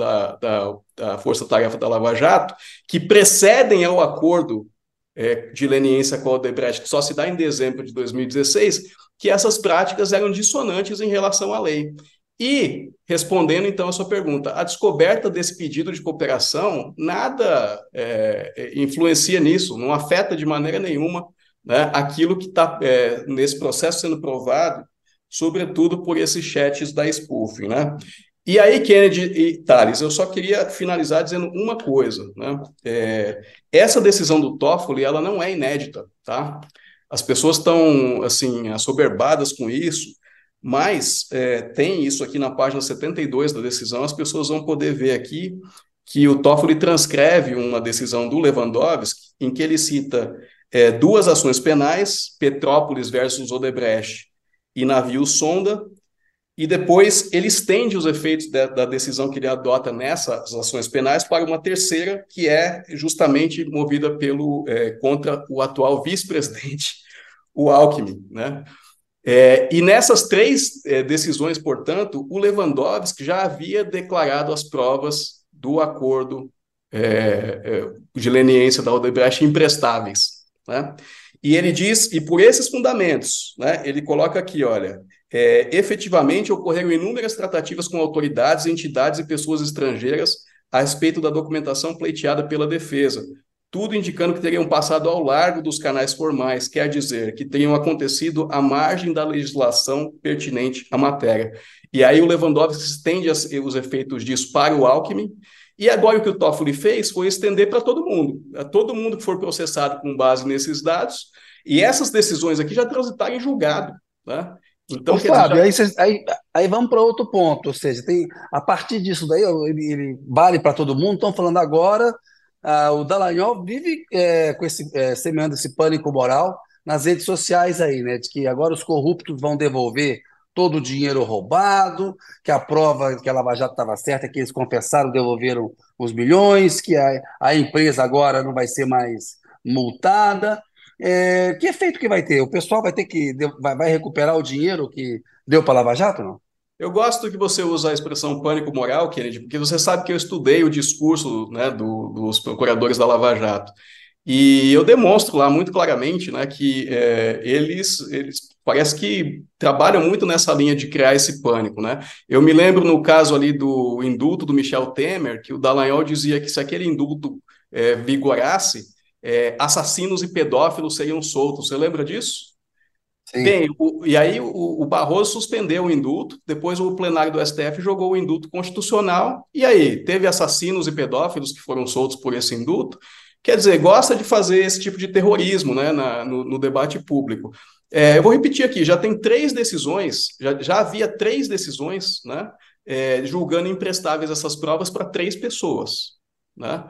da Força Tarefa da Lava Jato, que precedem ao acordo de leniência com a Odebrecht, que só se dá em dezembro de 2016, que essas práticas eram dissonantes em relação à lei. E, respondendo então a sua pergunta, a descoberta desse pedido de cooperação nada influencia nisso, não afeta de maneira nenhuma, né, aquilo que está nesse processo sendo provado, sobretudo por esses chats da spoofing, né? E aí, Kennedy e Thales, eu só queria finalizar dizendo uma coisa, né? Essa decisão do Toffoli, ela não é inédita, tá? As pessoas estão, assim, assoberbadas com isso, mas tem isso aqui na página 72 da decisão, as pessoas vão poder ver aqui que o Toffoli transcreve uma decisão do Lewandowski em que ele cita duas ações penais, Petrópolis versus Odebrecht e navio sonda, e depois ele estende os efeitos da decisão que ele adota nessas ações penais para uma terceira, que é justamente movida contra o atual vice-presidente, o Alckmin, né? E nessas três decisões, portanto, o Lewandowski já havia declarado as provas do acordo de leniência da Odebrecht imprestáveis, né? E ele diz, e por esses fundamentos, né, ele coloca aqui, olha, efetivamente ocorreram inúmeras tratativas com autoridades, entidades e pessoas estrangeiras a respeito da documentação pleiteada pela defesa, tudo indicando que teriam passado ao largo dos canais formais, quer dizer, que teriam acontecido à margem da legislação pertinente à matéria. E aí o Lewandowski estende os efeitos disso para o Alckmin, e agora o que o Toffoli fez foi estender para todo mundo, a todo mundo que for processado com base nesses dados, e essas decisões aqui já transitaram em julgado, né? Então, Ô, quer dizer, Fábio, aí vamos para outro ponto, ou seja, a partir disso daí, ó, ele vale para todo mundo. Estão falando agora, o Dallagnol vive semeando esse pânico moral nas redes sociais aí, né, de que agora os corruptos vão devolver todo o dinheiro roubado, que a prova que a Lava Jato estava certa é que eles confessaram, devolveram os milhões, que a empresa agora não vai ser mais multada. Que efeito que vai ter? O pessoal vai ter que vai recuperar o dinheiro que deu para a Lava Jato, não? eu gosto que você usa a expressão pânico moral, Kennedy, porque você sabe que eu estudei o discurso, né, dos procuradores da Lava Jato. E eu demonstro lá muito claramente, né, que eles parece que trabalham muito nessa linha de criar esse pânico, né? Eu me lembro no caso ali do indulto do Michel Temer, que o Dallagnol dizia que se aquele indulto vigorasse, assassinos e pedófilos seriam soltos. Você lembra disso? Sim. Bem, e aí o Barroso suspendeu o indulto, depois o plenário do STF jogou o indulto constitucional, e aí teve assassinos e pedófilos que foram soltos por esse indulto. Quer dizer, gosta de fazer esse tipo de terrorismo, né, no debate público. Eu vou repetir aqui, já tem três decisões, já havia três decisões, né, julgando imprestáveis essas provas para três pessoas, né?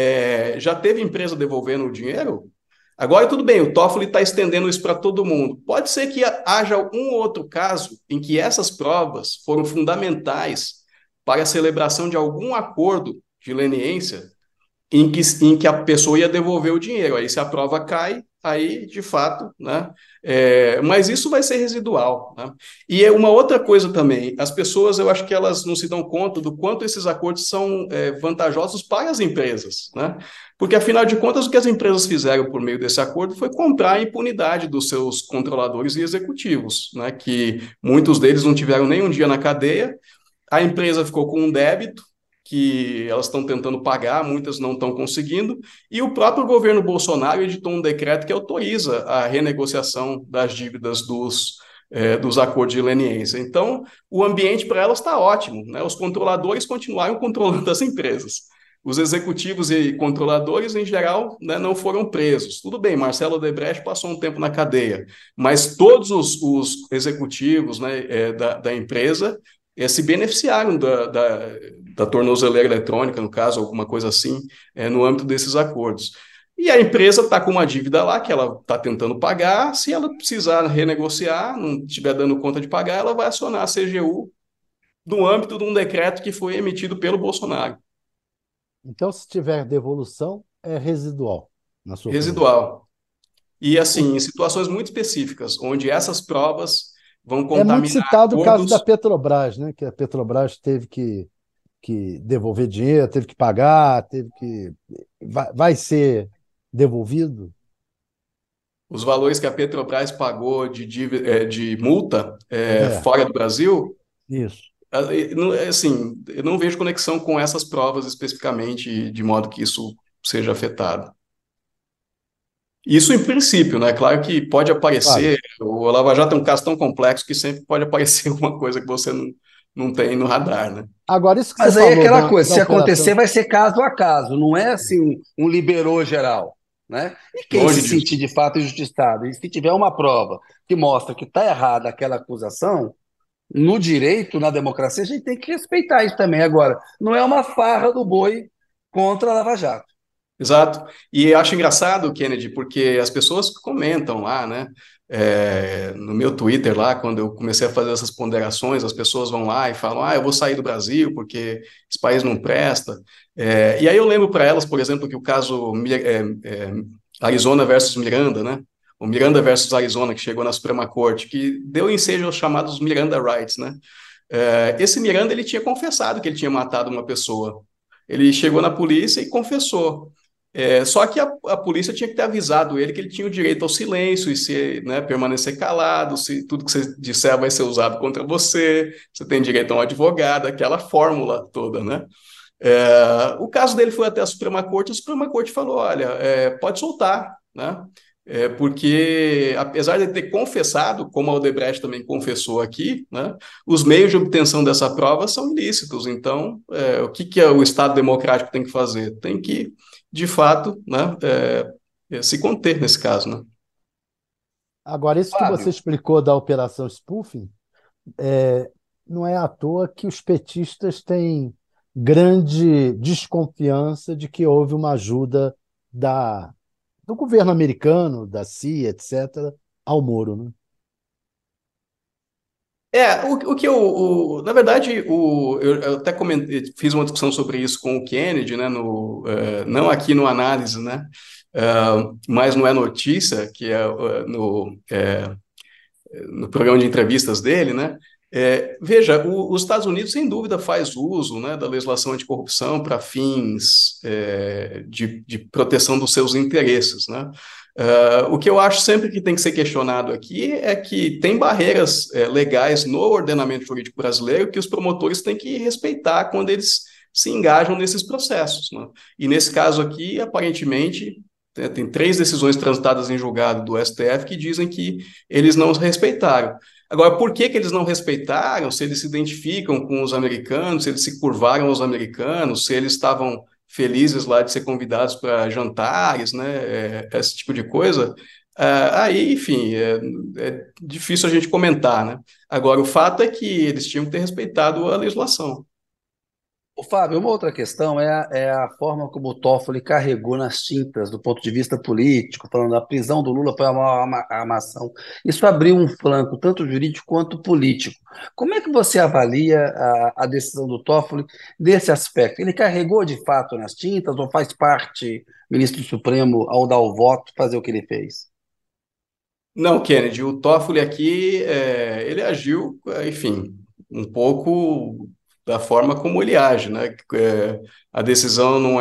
Já teve empresa devolvendo o dinheiro? Agora, tudo bem, o Toffoli está estendendo isso para todo mundo. Pode ser que haja um ou outro caso em que essas provas foram fundamentais para a celebração de algum acordo de leniência em que a pessoa ia devolver o dinheiro. Aí, se a prova cai, aí, de fato, né? Mas isso vai ser residual, né? E é uma outra coisa também, as pessoas, eu acho que elas não se dão conta do quanto esses acordos são vantajosos para as empresas, né? Porque, afinal de contas, o que as empresas fizeram por meio desse acordo foi comprar a impunidade dos seus controladores e executivos, né? Que muitos deles não tiveram nem um dia na cadeia, a empresa ficou com um débito, que elas estão tentando pagar, muitas não estão conseguindo, e o próprio governo Bolsonaro editou um decreto que autoriza a renegociação das dívidas dos acordos de leniência. Então, o ambiente para elas está ótimo, né? Os controladores continuaram controlando as empresas. Os executivos e controladores, em geral, né, não foram presos. Tudo bem, Marcelo Odebrecht passou um tempo na cadeia, mas todos os executivos, né, da empresa se beneficiaram da tornozeleira eletrônica, no caso, alguma coisa assim, no âmbito desses acordos. E a empresa está com uma dívida lá que ela está tentando pagar. Se ela precisar renegociar, não estiver dando conta de pagar, ela vai acionar a CGU no âmbito de um decreto que foi emitido pelo Bolsonaro. Então, se tiver devolução, é residual, na sua opinião. Residual. E, O- assim, em situações muito específicas, onde essas provas vão É muito contaminar citado o caso da acordos. Petrobras, né? Que a Petrobras teve que devolver dinheiro, teve que pagar, teve que. Vai ser devolvido? Os valores que a Petrobras pagou de multa É, fora do Brasil, isso. assim, eu não vejo conexão com essas provas especificamente, de modo que isso seja afetado. Isso em princípio, né? Claro que pode Claro. aparecer, o Lava Jato é um caso tão complexo que sempre pode aparecer alguma coisa que você não tem no radar, né? Agora, isso que você Mas aí é falou aquela da, coisa, da se acontecer, operação. vai ser caso a caso, não é assim um liberou geral, né? E quem se Longe disso. sentir de fato injustiçado, e se tiver uma prova que mostra que está errada aquela acusação, no direito, na democracia, a gente tem que respeitar isso também. Agora, não é uma farra do boi contra a Lava Jato. Exato. E eu acho engraçado, Kennedy, porque as pessoas comentam lá, né? No meu Twitter lá, quando eu comecei a fazer essas ponderações, as pessoas vão lá e falam: eu vou sair do Brasil porque esse país não presta. E aí eu lembro para elas, por exemplo, que o caso Arizona versus Miranda, né? O Miranda versus Arizona, que chegou na Suprema Corte, que deu ensejo aos chamados Miranda Rights, né? Esse Miranda, ele tinha confessado que ele tinha matado uma pessoa. Ele chegou na polícia e confessou. Só que a polícia tinha que ter avisado ele que ele tinha o direito ao silêncio e se, né, permanecer calado, se tudo que você disser vai ser usado contra você, você tem direito a um advogado, aquela fórmula toda, né? O caso dele foi até a Suprema Corte falou, olha, pode soltar, né? Porque, apesar de ele ter confessado, como a Odebrecht também confessou aqui, né, os meios de obtenção dessa prova são ilícitos. Então, o que, que o Estado democrático tem que fazer? Tem que, de fato, né, se conter nesse caso, né? Agora, isso que você Fábio, explicou da operação spoofing, é, não é à toa que os petistas têm grande desconfiança de que houve uma ajuda do governo americano, da CIA, etc., ao Moro, né? O que na verdade, eu até comentei, fiz uma discussão sobre isso com o Kennedy, né, não aqui no Análise, né, mas no É Notícia, que é no programa de entrevistas dele, né, veja, os Estados Unidos, sem dúvida, faz uso, né, da legislação anticorrupção para fins de proteção dos seus interesses, né? O que eu acho sempre que tem que ser questionado aqui é que tem barreiras legais no ordenamento jurídico brasileiro que os promotores têm que respeitar quando eles se engajam nesses processos, né? E nesse caso aqui, aparentemente, tem três decisões transitadas em julgado do STF que dizem que eles não respeitaram. Agora, por que que eles não respeitaram? Se eles se identificam com os americanos, se eles se curvaram aos americanos, se eles estavam felizes lá de ser convidados para jantares, né? Esse tipo de coisa. Aí, enfim, é difícil a gente comentar, né? Agora, o fato é que eles tinham que ter respeitado a legislação. ô, Fábio, uma outra questão é a forma como o Toffoli carregou nas tintas do ponto de vista político, falando da prisão do Lula foi uma armação. Isso abriu um flanco, tanto jurídico quanto político. Como é que você avalia a decisão do Toffoli desse aspecto? Ele carregou de fato nas tintas ou faz parte, ministro do Supremo, ao dar o voto, fazer o que ele fez? Não, Kennedy, o Toffoli aqui, ele agiu, enfim, um pouco da forma como ele age, né? A decisão não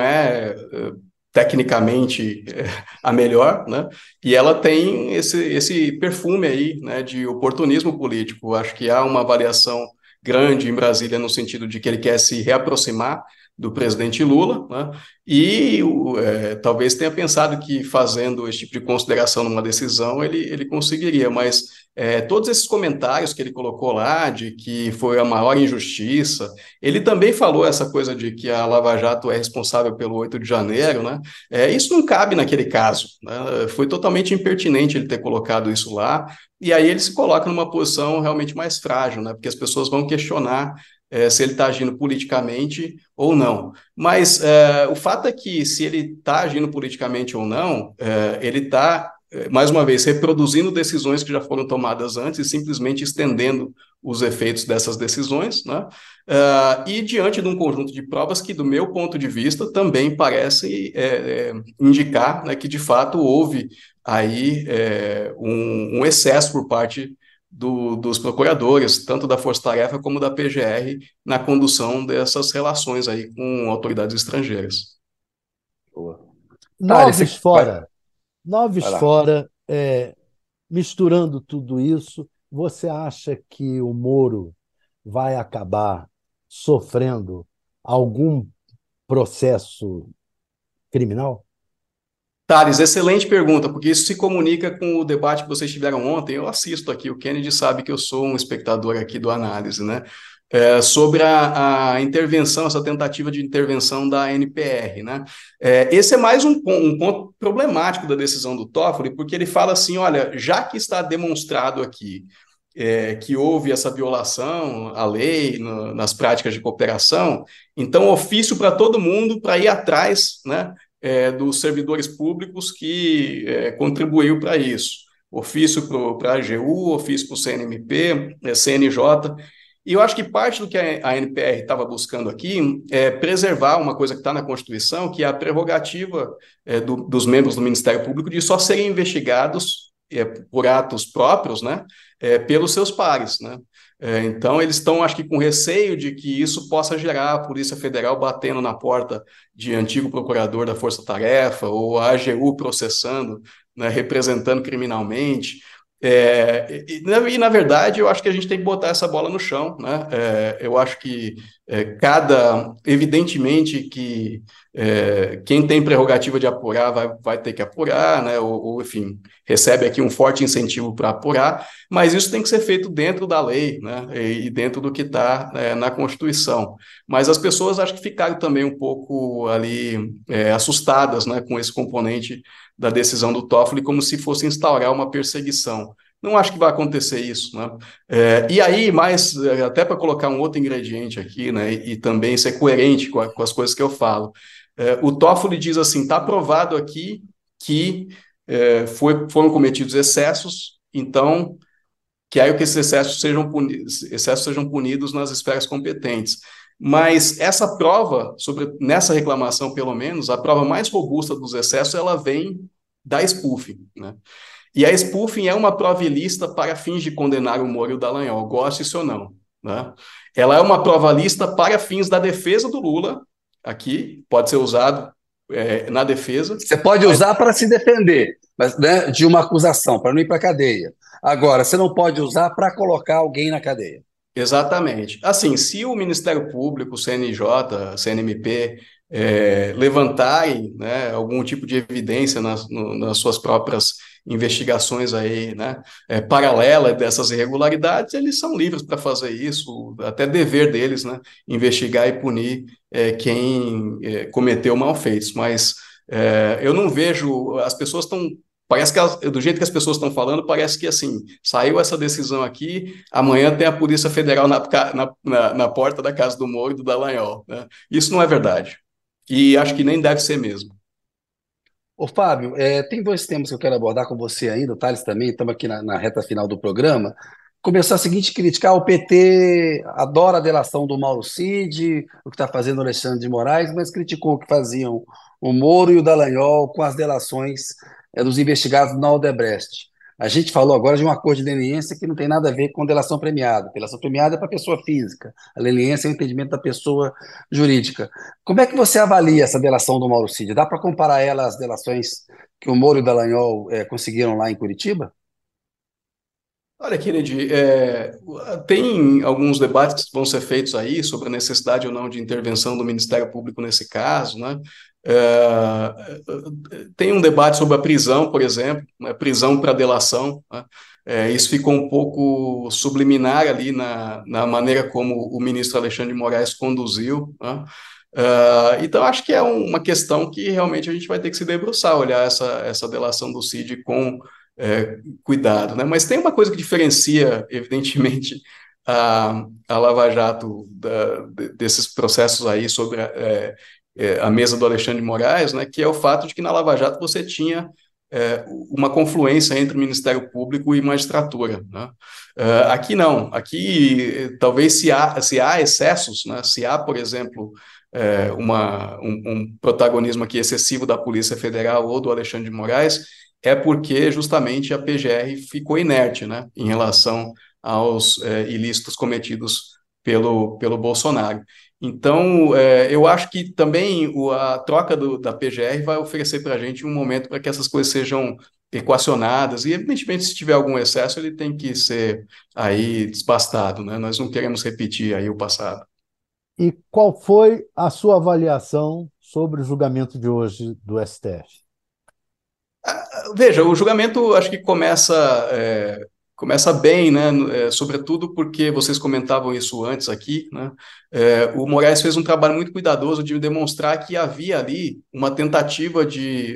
tecnicamente a melhor, né? E ela tem esse perfume aí, né, de oportunismo político. Acho que há uma avaliação grande em Brasília no sentido de que ele quer se reaproximar do presidente Lula, né? E talvez tenha pensado que fazendo esse tipo de consideração numa decisão ele conseguiria, mas todos esses comentários que ele colocou lá de que foi a maior injustiça, ele também falou essa coisa de que a Lava Jato é responsável pelo 8 de janeiro, né? Isso não cabe naquele caso, né? Foi totalmente impertinente ele ter colocado isso lá, e aí ele se coloca numa posição realmente mais frágil, né? Porque as pessoas vão questionar se ele está agindo politicamente ou não. Mas o fato é que, se ele está agindo politicamente ou não, ele está, mais uma vez, reproduzindo decisões que já foram tomadas antes e simplesmente estendendo os efeitos dessas decisões, né? E diante de um conjunto de provas que, do meu ponto de vista, também parece indicar, né, que, de fato, houve aí um excesso por parte dos procuradores, tanto da Força Tarefa como da PGR, na condução dessas relações aí com autoridades estrangeiras. Boa. Thales, Noves você vai, fora, noves vai lá. fora, misturando tudo isso, você acha que o Moro vai acabar sofrendo algum processo criminal? Thales, excelente pergunta, porque isso se comunica com o debate que vocês tiveram ontem. Eu assisto aqui, o Kennedy sabe que eu sou um espectador aqui do Análise, né? Sobre a intervenção, essa tentativa de intervenção da NPR, né? Esse é mais um ponto problemático da decisão do Toffoli, porque ele fala assim, olha, já que está demonstrado aqui que houve essa violação à lei nas práticas de cooperação, então ofício para todo mundo para ir atrás, né, dos servidores públicos que contribuiu para isso. Ofício para a AGU, ofício para o CNMP, CNJ. E eu acho que parte do que a NPR estava buscando aqui é preservar uma coisa que está na Constituição, que é a prerrogativa dos membros do Ministério Público de só serem investigados por atos próprios, né, pelos seus pares, né? Então, eles estão, acho que, com receio de que isso possa gerar a Polícia Federal batendo na porta de antigo procurador da Força Tarefa, ou a AGU processando, né, representando criminalmente. Na verdade, eu acho que a gente tem que botar essa bola no chão, né? Eu acho que evidentemente que quem tem prerrogativa de apurar vai ter que apurar, né? Enfim, recebe aqui um forte incentivo para apurar, mas isso tem que ser feito dentro da lei, né? E dentro do que está na Constituição. Mas as pessoas acho que ficaram também um pouco ali assustadas, né, com esse componente da decisão do Toffoli, como se fosse instaurar uma perseguição. Não acho que vai acontecer isso, né? E aí, até para colocar um outro ingrediente aqui, né, e também ser coerente com as coisas que eu falo, o Toffoli diz assim, está provado aqui que foram cometidos excessos, então quero que esses excessos sejam punidos nas esferas competentes. Mas essa prova, nessa reclamação pelo menos, a prova mais robusta dos excessos, ela vem da spoofing, né? E a spoofing é uma prova ilícita para fins de condenar o Moro e o Dallagnol, goste isso ou não, né? Ela é uma prova lícita para fins da defesa do Lula, aqui, pode ser usado na defesa. Você pode usar para se defender, mas, né, de uma acusação, para não ir para a cadeia. Agora, você não pode usar para colocar alguém na cadeia. Exatamente. Assim, se o Ministério Público, o CNJ, CNMP, levantarem, né, algum tipo de evidência nas suas próprias investigações aí, né, paralela dessas irregularidades, eles são livres para fazer isso, até dever deles, né, investigar e punir quem cometeu malfeitos. Mas eu não vejo, as pessoas estão. Parece que, do jeito que as pessoas estão falando, parece que, assim, saiu essa decisão aqui, amanhã tem a Polícia Federal na porta da casa do Moro e do Dallagnol, né? Isso não é verdade. E acho que nem deve ser mesmo. Ô, Fábio, tem dois temas que eu quero abordar com você ainda, o Thales também, estamos aqui na reta final do programa. Começou a seguinte crítica: o PT adora a delação do Mauro Cid, o que está fazendo o Alexandre de Moraes, mas criticou o que faziam o Moro e o Dallagnol com as delações dos investigados na Odebrecht. A gente falou agora de um acordo de leniência que não tem nada a ver com delação premiada. Delação premiada é para a pessoa física, a leniência é o entendimento da pessoa jurídica. Como é que você avalia essa delação do Mauro Cid? Dá para comparar ela às delações que o Moro e o Dallagnol conseguiram lá em Curitiba? Olha, Kennedy, tem alguns debates que vão ser feitos aí sobre a necessidade ou não de intervenção do Ministério Público nesse caso, né? Tem um debate sobre a prisão, por exemplo, né? Prisão para delação, né? Isso ficou um pouco subliminar ali na maneira como o ministro Alexandre de Moraes conduziu, né? Então, acho que é uma questão que realmente a gente vai ter que se debruçar, olhar essa delação do Cid com cuidado, né? Mas tem uma coisa que diferencia, evidentemente, a Lava Jato desses processos aí sobre a mesa do Alexandre de Moraes, né? Que é o fato de que na Lava Jato você tinha uma confluência entre o Ministério Público e magistratura, né? Aqui não, aqui talvez se há excessos, né? Se há, por exemplo, um protagonismo aqui excessivo da Polícia Federal ou do Alexandre de Moraes, é porque justamente a PGR ficou inerte, né, em relação aos ilícitos cometidos pelo Bolsonaro. Então, eu acho que também a troca da PGR vai oferecer para a gente um momento para que essas coisas sejam equacionadas, e evidentemente se tiver algum excesso, ele tem que ser aí desbastado, né? Nós não queremos repetir aí o passado. E qual foi a sua avaliação sobre o julgamento de hoje do STF? Veja, o julgamento acho que começa bem, né? Sobretudo porque vocês comentavam isso antes aqui, né? O Moraes fez um trabalho muito cuidadoso de demonstrar que havia ali uma tentativa de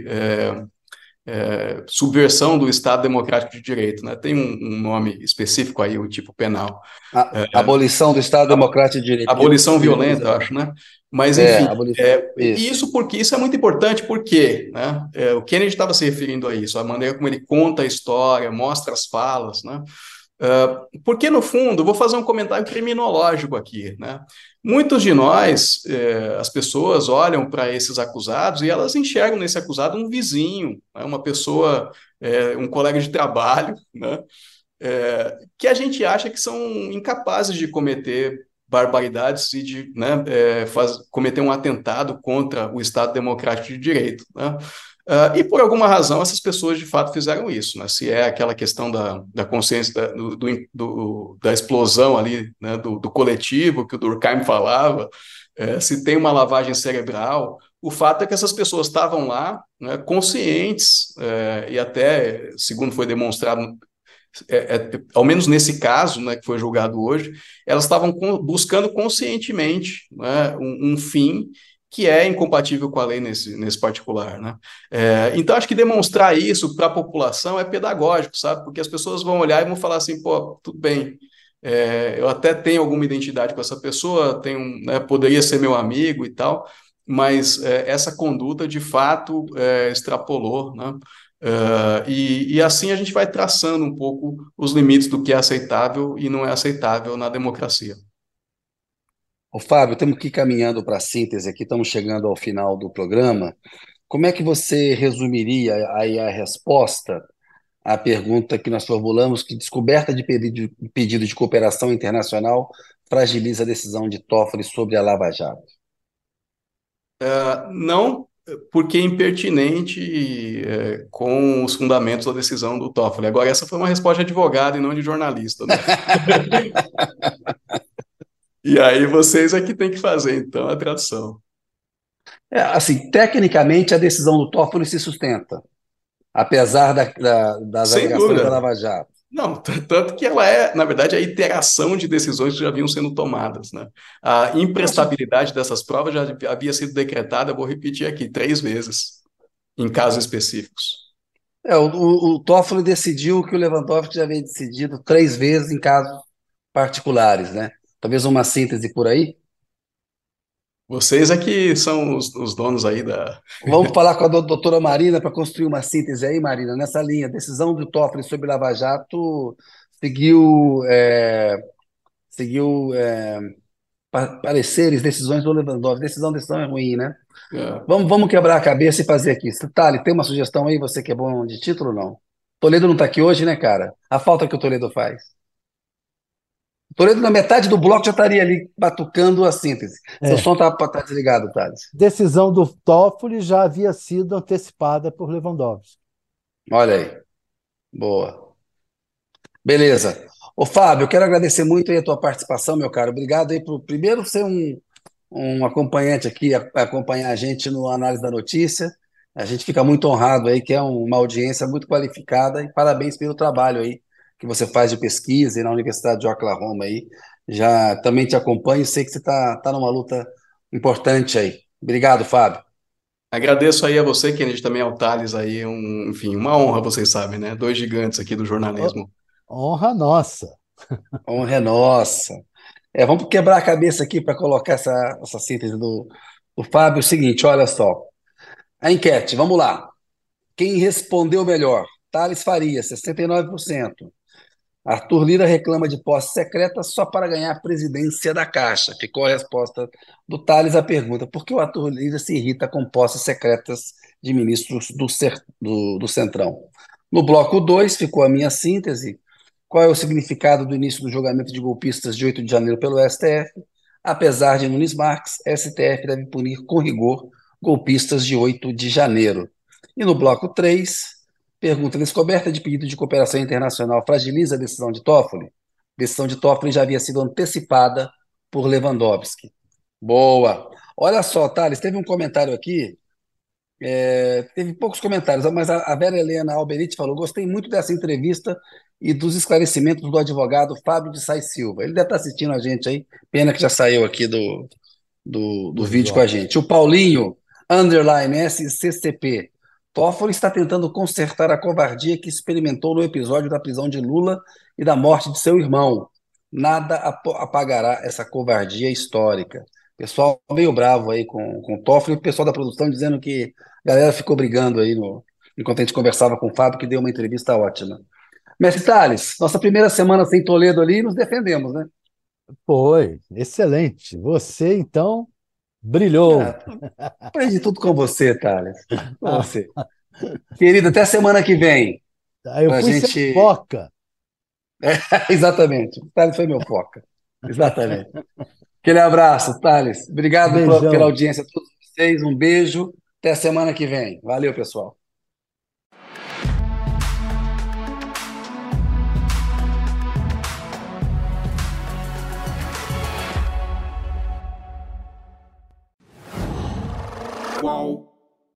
subversão do Estado Democrático de Direito, né? Tem um nome específico aí, o tipo penal. A abolição do Estado Democrático de Direito. Abolição violenta, acho, né? Mas, enfim, abolição. isso porque isso é muito importante, porque, né, o Kennedy estava se referindo a isso, a maneira como ele conta a história, mostra as falas, né? Porque, no fundo, vou fazer um comentário criminológico aqui, né? Muitos de nós, as pessoas olham para esses acusados e elas enxergam nesse acusado um vizinho, né? Uma pessoa, um colega de trabalho, né? Que a gente acha que são incapazes de cometer barbaridades e de, né, cometer um atentado contra o Estado Democrático de Direito, né? E por alguma razão essas pessoas de fato fizeram isso, né? Se é aquela questão da consciência, da explosão ali, né, do coletivo que o Durkheim falava, se tem uma lavagem cerebral, o fato é que essas pessoas estavam lá, né, conscientes, e até, segundo foi demonstrado ao menos nesse caso, né, que foi julgado hoje, elas estavam buscando conscientemente, né, um fim que é incompatível com a lei nesse particular, né? Então, acho que demonstrar isso para a população é pedagógico, sabe? Porque as pessoas vão olhar e vão falar assim, pô, tudo bem, eu até tenho alguma identidade com essa pessoa, né, poderia ser meu amigo e tal, mas essa conduta, de fato, extrapolou, né? E assim a gente vai traçando um pouco os limites do que é aceitável e não é aceitável na democracia. Ô, Fábio, temos que ir caminhando para a síntese aqui, estamos chegando ao final do programa. Como é que você resumiria aí a resposta à pergunta que nós formulamos, que descoberta de pedido de cooperação internacional fragiliza a decisão de Toffoli sobre a Lava Jato? Não, porque é impertinente com os fundamentos da decisão do Toffoli. Agora, essa foi uma resposta de advogado e não de jornalista, né? E aí vocês é que tem que fazer, então, a tradução. Assim, tecnicamente, a decisão do Toffoli se sustenta, apesar das Sem alegações da dúvida. Lava Jato. Não, tanto que ela é, na verdade, a iteração de decisões que já haviam sendo tomadas, né? A imprestabilidade dessas provas já havia sido decretada, vou repetir aqui, 3 vezes, em casos específicos. O Toffoli decidiu que o Lewandowski já havia decidido 3 vezes em casos particulares, né? Talvez uma síntese por aí. Vocês é que são os donos aí da. Vamos falar com a doutora Marina para construir uma síntese aí, Marina, nessa linha. Decisão do Toffoli sobre Lava Jato seguiu, seguiu pareceres, decisões do Lewandowski. Decisão é ruim, né? É. Vamos quebrar a cabeça e fazer aqui. Thales, tem uma sugestão aí, você que é bom de título ou não? Toledo não está aqui hoje, né, cara? A falta que o Toledo faz. O Toledo, na metade do bloco, já estaria ali batucando a síntese. Seu É. som tá desligado, Thales. Decisão do Toffoli já havia sido antecipada por Lewandowski. Olha aí. Boa. Beleza. Ô, Fábio, eu quero agradecer muito aí a tua participação, meu caro. Obrigado aí por primeiro ser um acompanhante aqui, acompanhar a gente no Análise da Notícia. A gente fica muito honrado aí, que é uma audiência muito qualificada e parabéns pelo trabalho aí que você faz de pesquisa e na Universidade de Oklahoma aí. Já também te acompanho, sei que você tá numa luta importante aí. Obrigado, Fábio. Agradeço aí a você, Kennedy, também ao Thales aí, enfim, uma honra, vocês sabem, né? Dois gigantes aqui do jornalismo. Honra nossa. Honra é nossa. Vamos quebrar a cabeça aqui para colocar essa síntese do Fábio. É o seguinte, olha só. A enquete, vamos lá. Quem respondeu melhor? Thales Faria, 69%. Arthur Lira reclama de posse secreta só para ganhar a presidência da Caixa. Ficou a resposta do Thales à pergunta. Por que o Arthur Lira se irrita com posses secretas de ministros do Centrão? No bloco 2 ficou a minha síntese. Qual é o significado do início do julgamento de golpistas de 8 de janeiro pelo STF? Apesar de Nunes Marques, STF deve punir com rigor golpistas de 8 de janeiro. E no bloco 3, pergunta: descoberta de pedido de cooperação internacional fragiliza a decisão de Toffoli? A decisão de Toffoli já havia sido antecipada por Lewandowski. Boa. Olha só, Thales, teve um comentário aqui Teve poucos comentários, mas a Vera Helena Alberiti falou: gostei muito dessa entrevista e dos esclarecimentos do advogado Fábio de Sá e Silva. Ele deve estar assistindo a gente aí, pena que já saiu aqui do do vídeo com a episódio. gente. O Paulinho, underline SCCP. Toffoli está tentando consertar a covardia que experimentou no episódio da prisão de Lula e da morte de seu irmão. Nada apagará essa covardia histórica. Pessoal meio bravo aí com o Toffoli, e o pessoal da produção dizendo que a galera ficou brigando aí enquanto a gente conversava com o Fábio, que deu uma entrevista ótima. Mestre Salles, nossa primeira semana sem Toledo ali, nos defendemos, né? Foi, excelente. Você, então, brilhou. Ah, aprendi tudo com você, Thales. Com Ah, você. Querido, até semana que vem. eu Pra fui seu gente. foca. Exatamente. O Thales foi meu foca. Exatamente. Aquele abraço, Thales. Obrigado pela Beijão. audiência a todos vocês. Um beijo. Até semana que vem. Valeu, pessoal. Qual